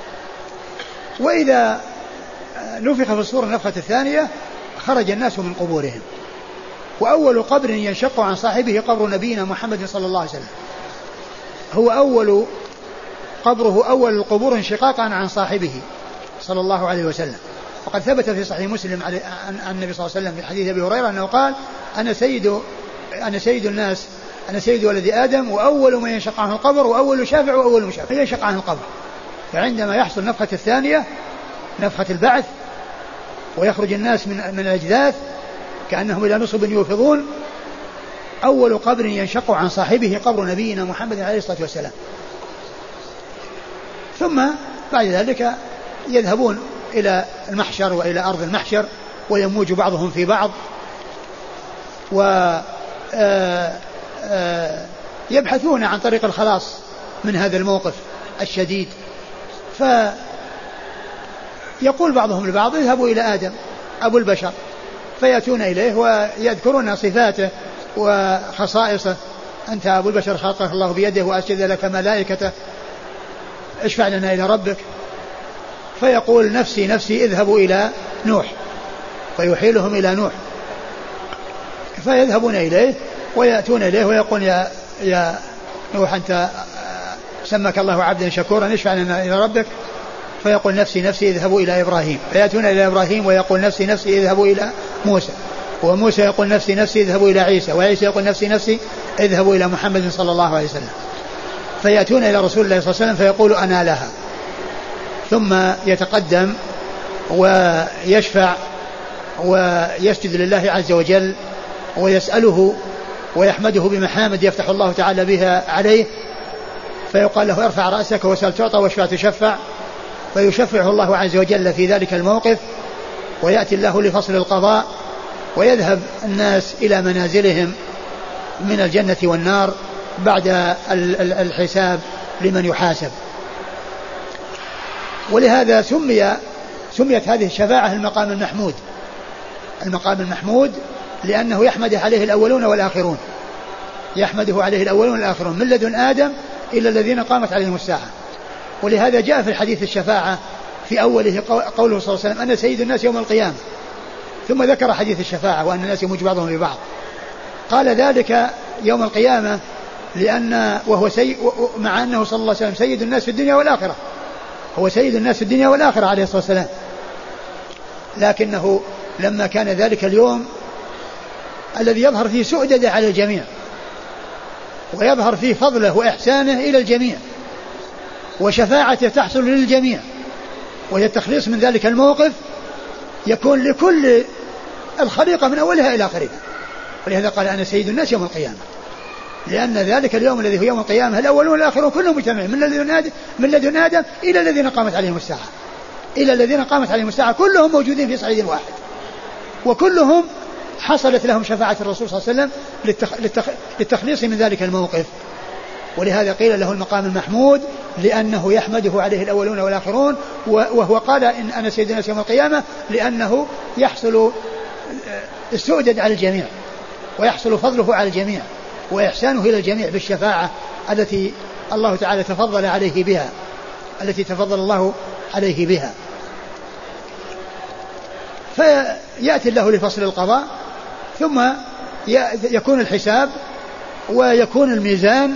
وإذا نفخ في الصور النفخة الثانية خرج الناس من قبورهم، وأول قبر ينشق عن صاحبه قبر نبينا محمد صلى الله عليه وسلم، هو أول قبره أول القبور انشقاقا عن صاحبه صلى الله عليه وسلم. وقد ثبت في صحيح مسلم عن النبي صلى الله عليه وسلم في حديث أبي هريرة أنه قال أنا سيد أنا سيد الناس أنا سيد ولد آدم وأول من ينشق عنه القبر وأول شافع وأول مشافع ينشق عنه القبر. فعندما يحصل نفخة الثانية نفخة البعث ويخرج الناس من من الأجداث كأنهم إلى نصب يوفضون، أول قبر ينشق عن صاحبه قبر نبينا محمد عليه الصلاة والسلام. ثم بعد ذلك يذهبون إلى المحشر وإلى أرض المحشر ويموج بعضهم في بعض ويبحثون عن طريق الخلاص من هذا الموقف الشديد. فيقول بعضهم لبعض اذهبوا إلى آدم أبو البشر، فيأتون إليه ويذكرون صفاته وخصائصه، أنت أبو البشر خلقك الله بيده وأسجد لك ملائكته اشفع لنا إلى ربك، فيقول نفسي نفسي اذهبوا إلى نوح، فيحيلهم إلى نوح، فيذهبون إليه ويأتون إليه ويقول يا, يا نوح أنت سمك الله عبدا شكورا اشفع لنا إلى ربك، فيقول نفسي نفسي اذهبوا إلى إبراهيم، فيأتون إلى إبراهيم ويقول نفسي نفسي اذهبوا إلى موسى، وموسى يقول نفسي نفسي اذهبوا إلى عيسى، وعيسى يقول نفسي نفسي اذهبوا إلى محمد صلى الله عليه وسلم، فيأتون إلى رسول الله صلى الله عليه وسلم فيقول أنا لها، ثم يتقدم ويشفع ويسجد لله عز وجل ويسأله ويحمده بمحامد يفتح الله تعالى بها عليه، فيقال له ارفع رأسك وسل تعطى واشفع تشفع، فيشفعه الله عز وجل في ذلك الموقف، ويأتي الله لفصل القضاء ويذهب الناس إلى منازلهم من الجنة والنار بعد الحساب لمن يحاسب. ولهذا سمي سميت هذه الشفاعة المقام المحمود، المقام المحمود لأنه يحمد عليه الأولون والآخرون، يحمده عليه الأولون والآخرون من لدن آدم إلى الذين قامت عليهم الساعة. ولهذا جاء في الحديث الشفاعة في أوله قوله صلى الله عليه وسلم أنا سيد الناس يوم القيامة، ثم ذكر حديث الشفاعة وأن الناس يموج بعضهم ببعض، قال ذلك يوم القيامة لأن وهو سيد، مع أنه صلى الله عليه وسلم سيد الناس في الدنيا والآخرة، هو سيد الناس في الدنيا والآخرة عليه الصلاة والسلام، لكنه لما كان ذلك اليوم الذي يظهر فيه سؤدد على الجميع، ويظهر فيه فضله وإحسانه إلى الجميع، وشفاعته تحصل للجميع، وهي التخليص من ذلك الموقف يكون لكل الخليقة من أولها إلى آخرها. ولهذا قال أنا سيد الناس يوم القيامة، لأن ذلك اليوم الذي هو يوم القيامة الأولون والآخرون كلهم مجتمعين من الذين آدم من لدن آدم إلى الذين قامت عليهم الساعة إلى الذين قامت عليهم الساعة كلهم موجودين في صعيد واحد، وكلهم حصلت لهم شفاعة الرسول صلى الله عليه وسلم للتخ... للتخ... للتخليص من ذلك الموقف. ولهذا قيل له المقام المحمود لأنه يحمده عليه الأولون والآخرون، وهو قال إن أنا سيد الناس يوم القيامة لأنه يحصل السؤدد على الجميع، ويحصل فضله على الجميع، وإحسانه إلى الجميع بالشفاعة التي الله تعالى تفضل عليه بها التي تفضل الله عليه بها. فيأتي الله لفصل القضاء، ثم يكون الحساب ويكون الميزان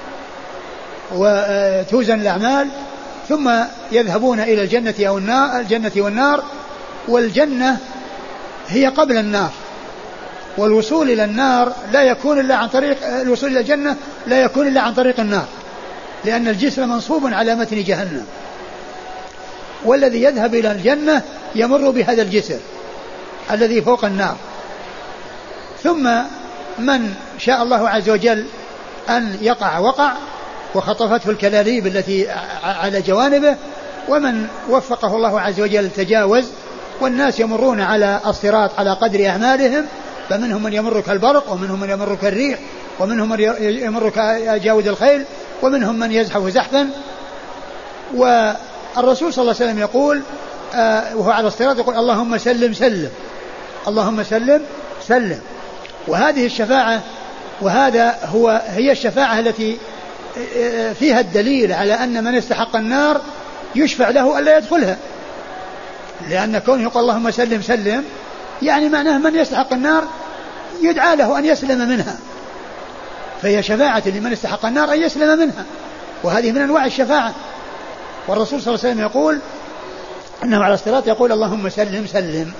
وتوزن الأعمال، ثم يذهبون إلى الجنة أو النار الجنة والنار. والجنة هي قبل النار، والوصول إلى النار لا يكون إلا عن طريق الوصول إلى الجنة لا يكون إلا عن طريق النار، لأن الجسر منصوب على متن جهنم، والذي يذهب إلى الجنة يمر بهذا الجسر الذي فوق النار. ثم من شاء الله عز وجل أن يقع وقع وخطفته الكلاليب التي على جوانبه، ومن وفقه الله عز وجل تجاوز. والناس يمرون على الصراط على قدر أعمالهم، فمنهم من يمر كالبرق، ومنهم من يمر كالريح، ومنهم من يمر كجاود الخيل، ومنهم من يزحف زحفا. والرسول صلى الله عليه وسلم يقول آه وهو على الصراط يقول اللهم سلم سلم اللهم سلم سلم. وهذه الشفاعة وهذا هو هي الشفاعة التي فيها الدليل على أن من استحق النار يشفع له ألا يدخلها، لأن كونه يقول اللهم سلم سلم يعني معناه من يستحق النار يدعى له أن يسلم منها، فهي شفاعة لمن استحق النار أن يسلم منها، وهذه من أنواع الشفاعة. والرسول صلى الله عليه وسلم يقول أنه على الصراط يقول اللهم سلم سلم.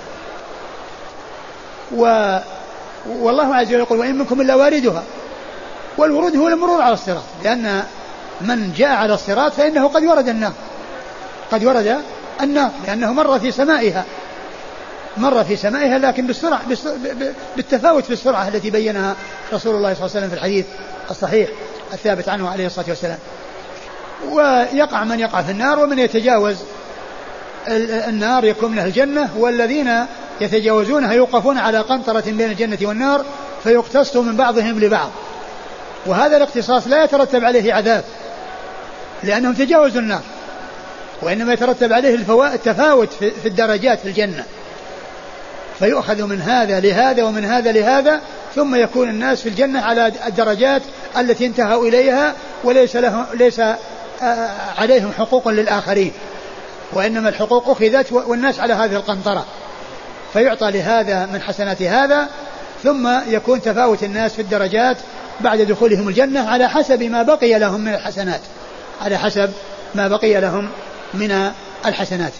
و والله عز وجل يقول وإن منكم إلا واردها، والورود هو المرور على الصراط، لأن من جاء على الصراط فإنه قد ورد النار قد ورد النار لأنه مر في سمائها مر في سمائها لكن بالسرعة بالتفاوت في السرعة التي بينها رسول الله صلى الله عليه وسلم في الحديث الصحيح الثابت عنه عليه الصلاة والسلام. ويقع من يقع في النار، ومن يتجاوز النار يكون له الجنة، والذين يتجاوزونها يوقفون على قنطرة بين الجنة والنار فيقتص من بعضهم لبعض. وهذا الاقتصاص لا يترتب عليه عذاب لأنهم تجاوزوا النار، وإنما يترتب عليه التفاوت في الدرجات في الجنة، فيؤخذ من هذا لهذا ومن هذا لهذا، ثم يكون الناس في الجنة على الدرجات التي انتهوا إليها، وليس لهم ليس عليهم حقوق للآخرين، وإنما الحقوق أخذت والناس على هذه القنطرة، فيعطى لهذا من حسنات هذا، ثم يكون تفاوت الناس في الدرجات بعد دخولهم الجنة على حسب ما بقي لهم من الحسنات على حسب ما بقي لهم من الحسنات.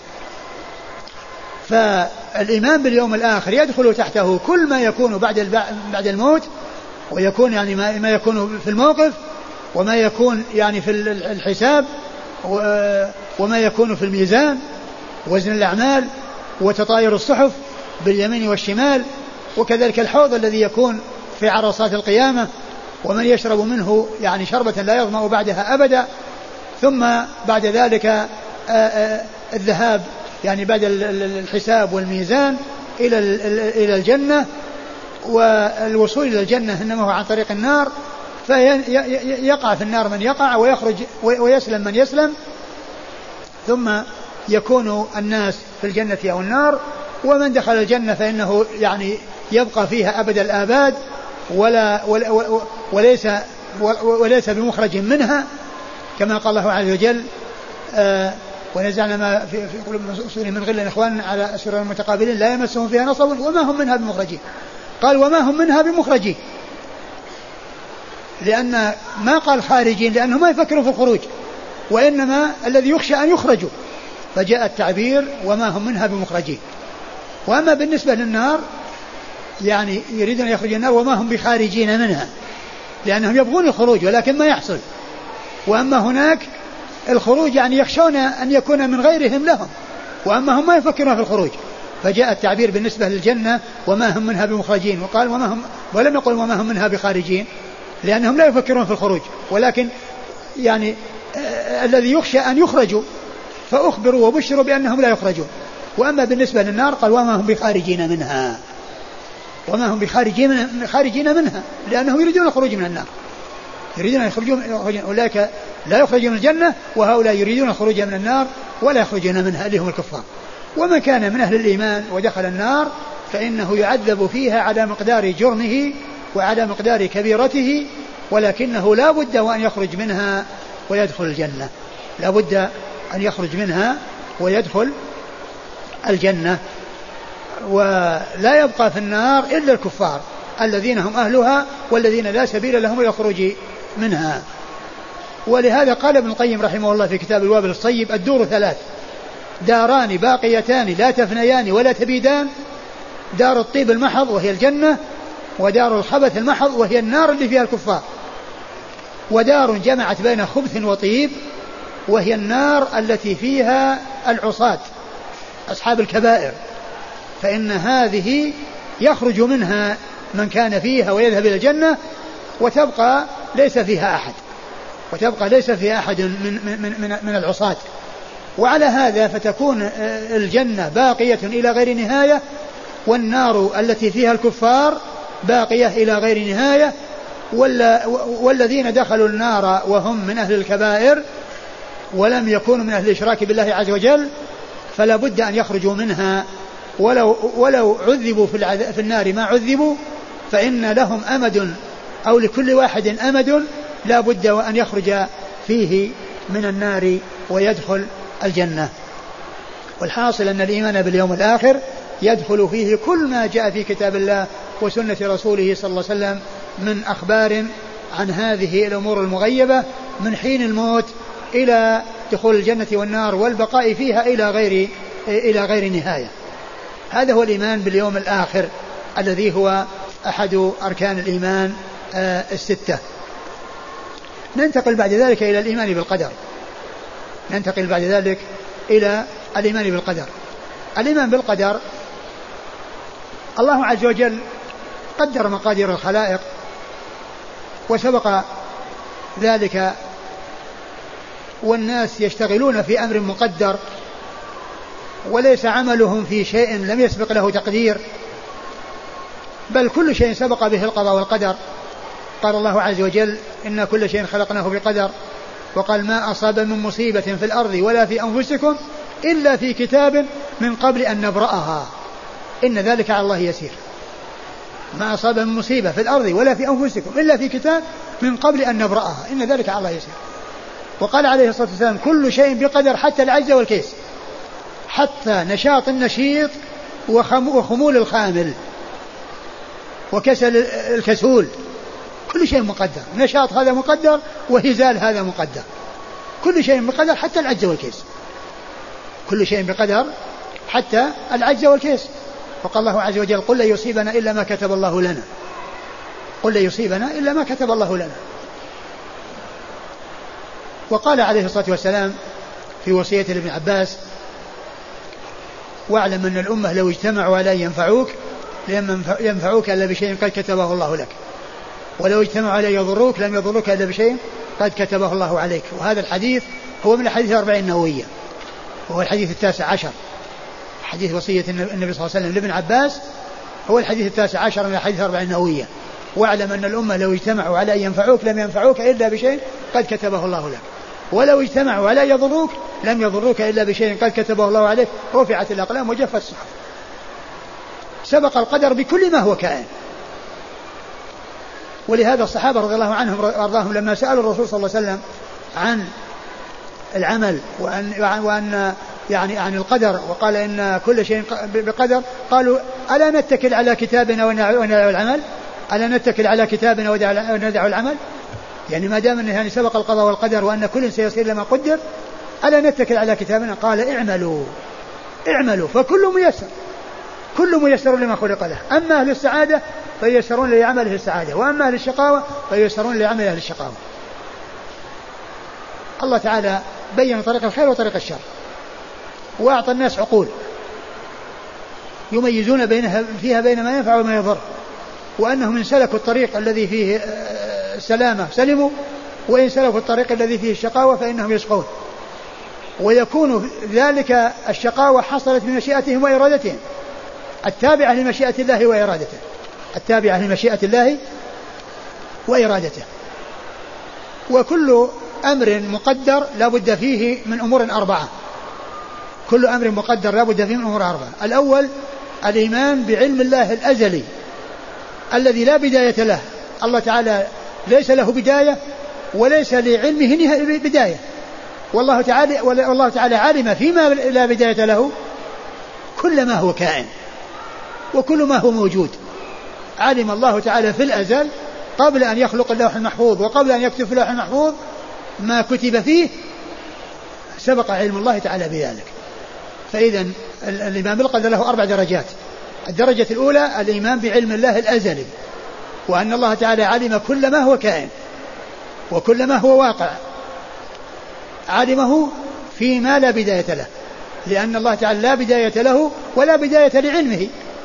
فالإيمان باليوم الآخر يدخل تحته كل ما يكون بعد بعد الموت، ويكون يعني ما يكون في الموقف، وما يكون يعني في الحساب، وما يكون في الميزان وزن الأعمال وتطاير الصحف باليمين والشمال، وكذلك الحوض الذي يكون في عرصات القيامة ومن يشرب منه يعني شربة لا يظمأ بعدها أبدا. ثم بعد ذلك الذهاب يعني بعد الحساب والميزان إلى إلى الجنة، والوصول إلى الجنة إنما هو عن طريق النار، فيقع في النار من يقع ويخرج ويسلم من يسلم، ثم يكون الناس في الجنة أو النار. ومن دخل الجنة فإنه يعني يبقى فيها أبد الآباد ولا وليس وليس بمخرج منها، كما قال الله عز وجل آه ونزعنا ما في قلوب المسؤولين من غل إخوان على أسرار المتقابلين لا يمسهم فيها نصب وما هم منها بمخرجين. قال وما هم منها بمخرجين، لأن ما قال خارجين لأنهم ما يفكرون في الخروج، وإنما الذي يخشى أن يخرجوا، فجاء التعبير وما هم منها بمخرجين. وأما بالنسبة للنار يعني يريدون أن يخرجوا النار وما هم بخارجين منها، لأنهم يبغون الخروج ولكن ما يحصل. وأما هناك الخروج يعني يخشون أن يكون من غيرهم لهم، وأما هم ما يفكرون في الخروج. فجاء التعبير بالنسبة للجنة وما هم منها بمخرجين، وقال وما هم، ولم يقل وما هم منها بخارجين، لأنهم لا يفكرون في الخروج، ولكن يعني آه الذي يخشى أن يخرجوا فأخبروا وبشروا بأنهم لا يخرجون. وأما بالنسبة للنار قال وما هم بخارجين منها، وما هم بخارجين خارجين منها، لأنهم يريدون الخروج من النار، يريدون يخرجون. أولئك لا يخرجون من الجنة، وهؤلاء يريدون الخروج من النار ولا يخرجون منها اللي هم الكفار. ومن كان من أهل الإيمان ودخل النار فإنه يعذب فيها على مقدار جرمه وعلى مقدار كبيرته، ولكنه لا بد وأن يخرج منها ويدخل الجنة، لا بد أن يخرج منها ويدخل الجنة. ولا يبقى في النار إلا الكفار الذين هم أهلها والذين لا سبيل لهم إلى الخروج منها. ولهذا قال ابن القيم رحمه الله في كتاب الوابل الصيب: الدور ثلاث، داران باقيتان لا تفنيان ولا تبيدان، دار الطيب المحض وهي الجنة، ودار الخبث المحض وهي النار اللي فيها الكفار، ودار جمعت بين خبث وطيب وهي النار التي فيها العصاة أصحاب الكبائر، فإن هذه يخرج منها من كان فيها ويذهب إلى الجنة، وتبقى ليس فيها أحد، وتبقى ليس فيها أحد من, من, من, من العصاة. وعلى هذا فتكون الجنة باقية إلى غير نهاية، والنار التي فيها الكفار باقية إلى غير نهاية. والذين دخلوا النار وهم من أهل الكبائر ولم يكونوا من أهل الإشراك بالله عز وجل فلا بد أن يخرجوا منها، ولو, ولو عذبوا في, في النار ما عذبوا فإن لهم أمد، أو لكل واحد أمد لا بد وأن يخرج فيه من النار ويدخل الجنة. والحاصل أن الإيمان باليوم الآخر يدخل فيه كل ما جاء في كتاب الله وسنة رسوله صلى الله عليه وسلم من أخبار عن هذه الأمور المغيبة من حين الموت إلى دخول الجنة والنار والبقاء فيها إلى غير إلى غير نهاية. هذا هو الإيمان باليوم الآخر الذي هو أحد أركان الإيمان الستة. ننتقل بعد ذلك إلى الإيمان بالقدر. ننتقل بعد ذلك إلى الإيمان بالقدر. الإيمان بالقدر، الله عز وجل قدر مقادير الخلائق وسبق ذلك، والناس يشتغلون في أمر مقدر وليس عملهم في شيء لم يسبق له تقدير، بل كل شيء سبق به القضاء والقدر. قال الله عز وجل: إن كل شيء خلقناه بقدر. وقال: ما أصاب من مصيبة في الأرض ولا في أنفسكم إلا في كتاب من قبل أن نبرأها إن ذلك على الله يسير. ما أصاب من مصيبة في الأرض ولا في أنفسكم إلا في كتاب من قبل أن نبرأها إن ذلك على الله يسير. وقال عليه الصلاة والسلام: كل شيء بقدر حتى العجز والكيس، حتى نشاط النشيط وخمول الخامل وكسل الكسول، كل شيء مقدر. نشاط هذا مقدر وهزال هذا مقدر، كل شيء بقدر حتى العجز والكيس، كل شيء بقدر حتى العجز والكيس. وقال الله عز وجل: قل لا يصيبنا إلا ما كتب الله لنا، قل لا يصيبنا إلا ما كتب الله لنا. وقال عليه الصلاة والسلام في وصية لابن عباس: واعلم أن الأمة لو اجتمعوا على أن ينفعوك لم ينفعوك إلا بشيء قد كتبه الله لك، ولو اجتمعوا على يضروك لم يضروك إلا بشيء قد كتبه الله عليك. وهذا الحديث هو من الحديث الأربعين النووية، وهو الحديث التاسع عشر. حديث وصية النبي صلى الله عليه وسلم لابن عباس هو الحديث التاسع عشر من الحديث الأربعين النووية: واعلم أن الأمة لو اجتمعوا على أن ينفعوك لم ينفعوك إلا بشيء قد كتبه الله لك، ولو اجتمعوا على يضروك لم يضروك إلا بشيء قد كتبه الله عليك، رفعت الأقلام وجفت الصحف. سبق القدر بكل ما هو كائن. ولهذا الصحابة رضي الله عنهم وارضاهم لما سألوا الرسول صلى الله عليه وسلم عن العمل وأن, وأن يعني عن القدر، وقال إن كل شيء بقدر، قالوا: ألا نتكل على كتابنا وندع العمل؟ ألا نتكل على كتابنا وندع العمل؟ يعني ما دام أنه يعني سبق القضاء والقدر وأن كل سيصير لما قدر، ألا نتكل على كتابنا؟ قال: اعملوا اعملوا فكل ميسر، كل ميسر لما خلق له. أما أهل السعادة فييسرون لعمل أهل السعادة، وأما أهل الشقاوة فييسرون لعمل أهل الشقاوة. الله تعالى بين طريق الخير وطريق الشر، وأعطى الناس عقول يميزون بينها فيها بين ما ينفع وما يضر، وأنهم إن سلكوا الطريق الذي فيه سلامة سلموا، وإن سلكوا الطريق الذي فيه الشقاوة فإنهم يشقون. ويكون ذلك الشقاوة حصلت بمشيئتهم وإرادتهم التابعة لمشيئة الله وإرادته، التابعة لمشيئة الله وإرادته. وكل أمر مقدر لا بد فيه من أمور أربعة، كل أمر مقدر لا بد فيه من أمور أربعة. الأول الإيمان بعلم الله الأزلي الذي لا بداية له، الله تعالى ليس له بداية وليس لعلمه بداية، والله تعالى, والله تعالى علم فيما لا بداية له كل ما هو كائن وكل ما هو موجود. علم الله تعالى في الأزل قبل أن يخلق اللوح المحفوظ وقبل أن يكتب في اللوح المحفوظ ما كتب فيه، سبق علم الله تعالى بذلك. فإذا الإيمان بالقدر له أربع درجات. الدرجة الأولى الإيمان بعلم الله الأزلي، وأن الله تعالى علم كل ما هو كائن وكل ما هو واقع، علمه فيما لا بداية له، لأن الله تعالى لا بداية له ولا بداية لعلمه،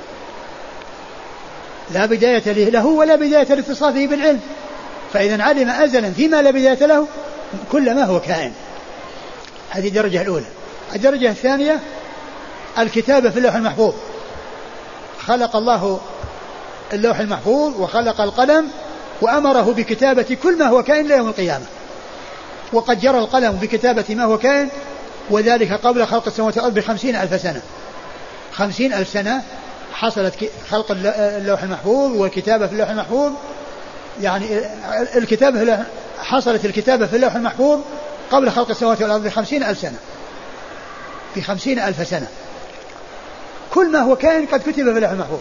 لا بداية له ولا بداية لاتصافه بالعلم، فإذا علم أزلا فيما لا بداية له كل ما هو كائن. هذه الدرجة الأولى. الدرجة الثانية الكتابة في اللوح المحفوظ، خلق الله اللوح المحفوظ وخلق القلم وأمره بكتابة كل ما هو كائن إلى يوم القيامة، وقد جرى القلم بكتابة ما هو كائن، وذلك قبل خلق السماوات والأرض بخمسين ألف سنة. خمسين ألف سنة حصلت خلق اللوح المحفوظ والكتابة في اللوح المحفوظ، يعني الكتابة حصلت الكتابة في اللوح المحفوظ قبل خلق السماوات والأرض بخمسين ألف سنة، في خمسين ألف سنة كل ما هو كائن قد كتب في اللوح المحفوظ.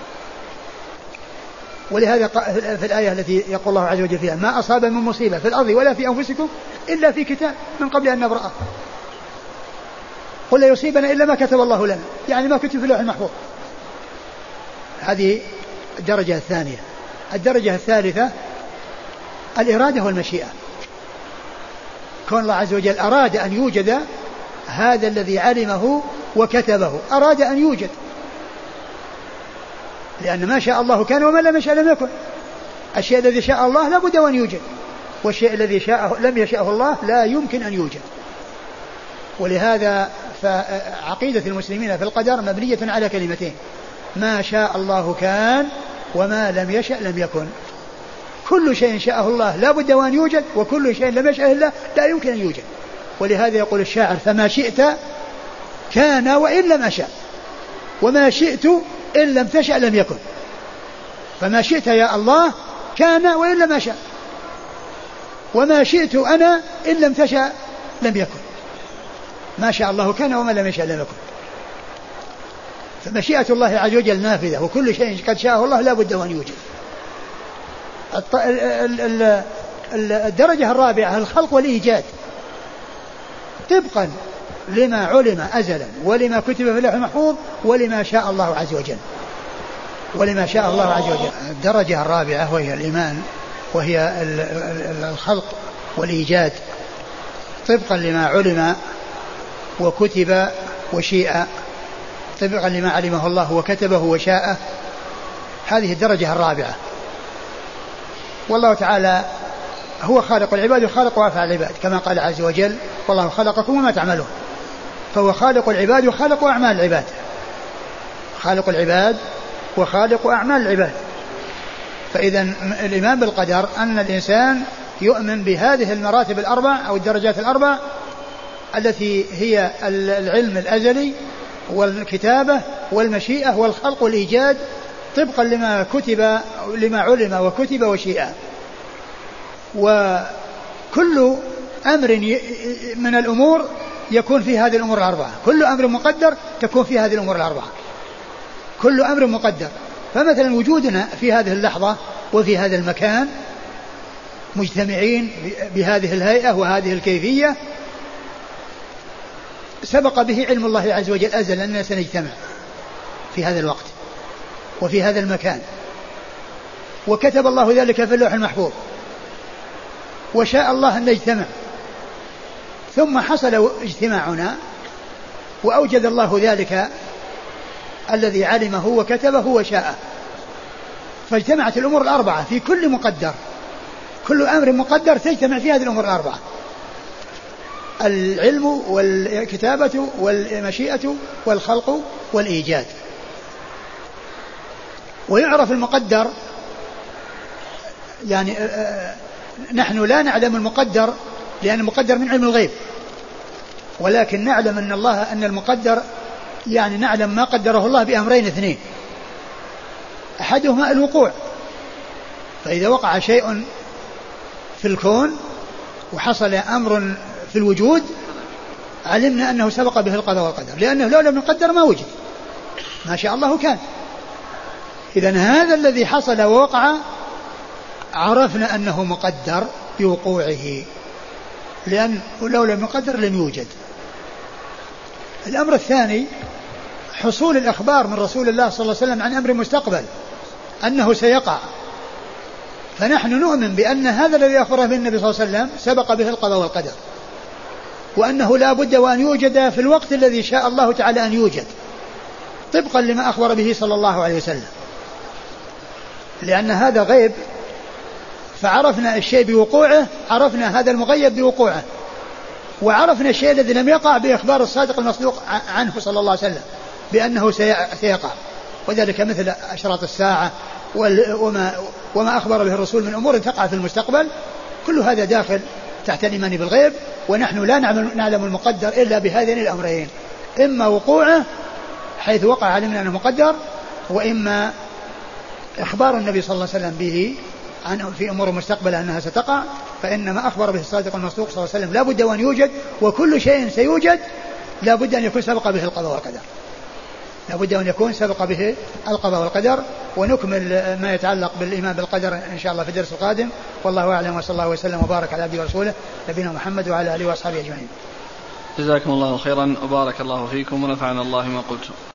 ولهذا في الآية التي يقول الله عز وجل فيها ما أصاب من مصيبة في الأرض ولا في أنفسكم إلا في كتاب من قبل أن نبرأه قل لا يصيبنا إلا ما كتب الله لنا، يعني ما كتب في اللوح المحفوظ. هذه الدرجة الثانية. الدرجة الثالثة الإرادة والمشيئة، كون الله عز وجل أراد أن يوجد هذا الذي علمه وكتبه، أراد أن يوجد، لأن ما شاء الله كان وما لم يشاء لم يكن. الشيء الذي شاء الله لا بد أن يوجد، والشيء الذي شاءه لم يشاءه الله لا يمكن أن يوجد. ولهذا فعقيدة المسلمين في القدر مبنية على كلمتين: ما شاء الله كان وما لم يشأ لم يكن. كل شيء شاءه الله لا بد أن يوجد، وكل شيء لم يشأه الله لا يمكن أن يوجد. ولهذا يقول الشاعر: فما شئت كان وإن لم أشأ، وما شئت إن لم تشأ لم يكن. فما شئت يا الله كان وإن لم أشأ، وما شئت أنا إن لم تشأ لم يكن. ما شاء الله كان وما لم يشأ لم يكن. فمشيئة الله عز وجل نافذة، وكل شيء قد شاءه الله لا بد أن يوجد. الدرجة الرابعة الخلق والإيجاد، طبقا لما علم أزلا ولما كتب في اللوح المحفوظ ولما شاء الله عز وجل ولما شاء الله عز وجل. الدرجة الرابعة وهي الإيمان، وهي الخلق والإيجاد طبقا لما علم وكتب وشيء، طبقا لما علمه الله وكتبه وشاءه. هذه الدرجة الرابعة. والله تعالى هو خالق العباد وخالق وافعل العباد، كما قال عز وجل: والله خلقكم وما تعملون. فهو خالق العباد وخالق أعمال العباد، خالق العباد وخالق أعمال العباد. فإذا الإيمان بالقدر أن الإنسان يؤمن بهذه المراتب الأربع أو الدرجات الأربع التي هي العلم الأزلي والكتابة والمشيئة والخلق والإيجاد، طبقا لما كتب لما علم وكتب وشيء. وكل أمر من الأمور يكون في هذه الأمور الأربعة، كل أمر مقدر تكون في هذه الأمور الأربعة، كل أمر مقدر. فمثلا وجودنا في هذه اللحظة وفي هذا المكان مجتمعين بهذه الهيئة وهذه الكيفية سبق به علم الله عز وجل أزل أننا سنجتمع في هذا الوقت وفي هذا المكان، وكتب الله ذلك في اللوح المحفوظ وشاء الله أن نجتمع، ثم حصل اجتماعنا وأوجد الله ذلك الذي علمه وكتبه وشاءه، فاجتمعت الأمور الأربعة في كل مقدر، كل أمر مقدر تجتمع في هذه الأمور الأربعة: العلم والكتابة والمشيئة والخلق والإيجاد. ويعرف المقدر، يعني نحن لا نعلم المقدر لأن المقدر من علم الغيب، ولكن نعلم أن الله أن المقدر يعني نعلم ما قدره الله بأمرين اثنين: أحدهما الوقوع، فإذا وقع شيء في الكون وحصل أمر في الوجود علمنا أنه سبق به القضاء والقدر، لأنه لو لم يقدر ما وجد، ما شاء الله كان. إذن هذا الذي حصل ووقع عرفنا أنه مقدر بوقوعه، لأن لو لم يقدر لم يوجد. الأمر الثاني حصول الأخبار من رسول الله صلى الله عليه وسلم عن أمر مستقبل أنه سيقع، فنحن نؤمن بأن هذا الذي أخبره به النبي صلى الله عليه وسلم سبق به القضاء والقدر، وأنه لا بد وأن يوجد في الوقت الذي شاء الله تعالى أن يوجد طبقا لما أخبر به صلى الله عليه وسلم، لأن هذا غيب، فعرفنا الشيء بوقوعه، عرفنا هذا المغيب بوقوعه، وعرفنا الشيء الذي لم يقع بإخبار الصادق المصدوق عنه صلى الله عليه وسلم بأنه سيقع، وذلك مثل أشراط الساعة وما, وما أخبر به الرسول من أمور تقع في المستقبل. كل هذا داخل تحت الإيمان بالغيب، ونحن لا نعلم المقدر إلا بهذين الأمرين: إما وقوعه حيث وقع علمنا أنه مقدر، وإما إخبار النبي صلى الله عليه وسلم به عنه في أمور مستقبلة أنها ستقع، فإنما أخبر به الصادق المصدوق صلى الله عليه وسلم لا بد وأن يوجد، وكل شيء سيوجد لا بد أن يكون سبق به القضاء والقدر، لا بد أن يكون سبق به القضاء والقدر. ونكمل ما يتعلق بالإيمان بالقدر إن شاء الله في الدرس القادم، والله أعلم، وصلى الله وسلم وبارك على عبده ورسوله نبينا محمد وعلى آله وأصحابه أجمعين. جزاكم الله خيرا وبارك الله فيكم ونفعنا الله ما قلتم.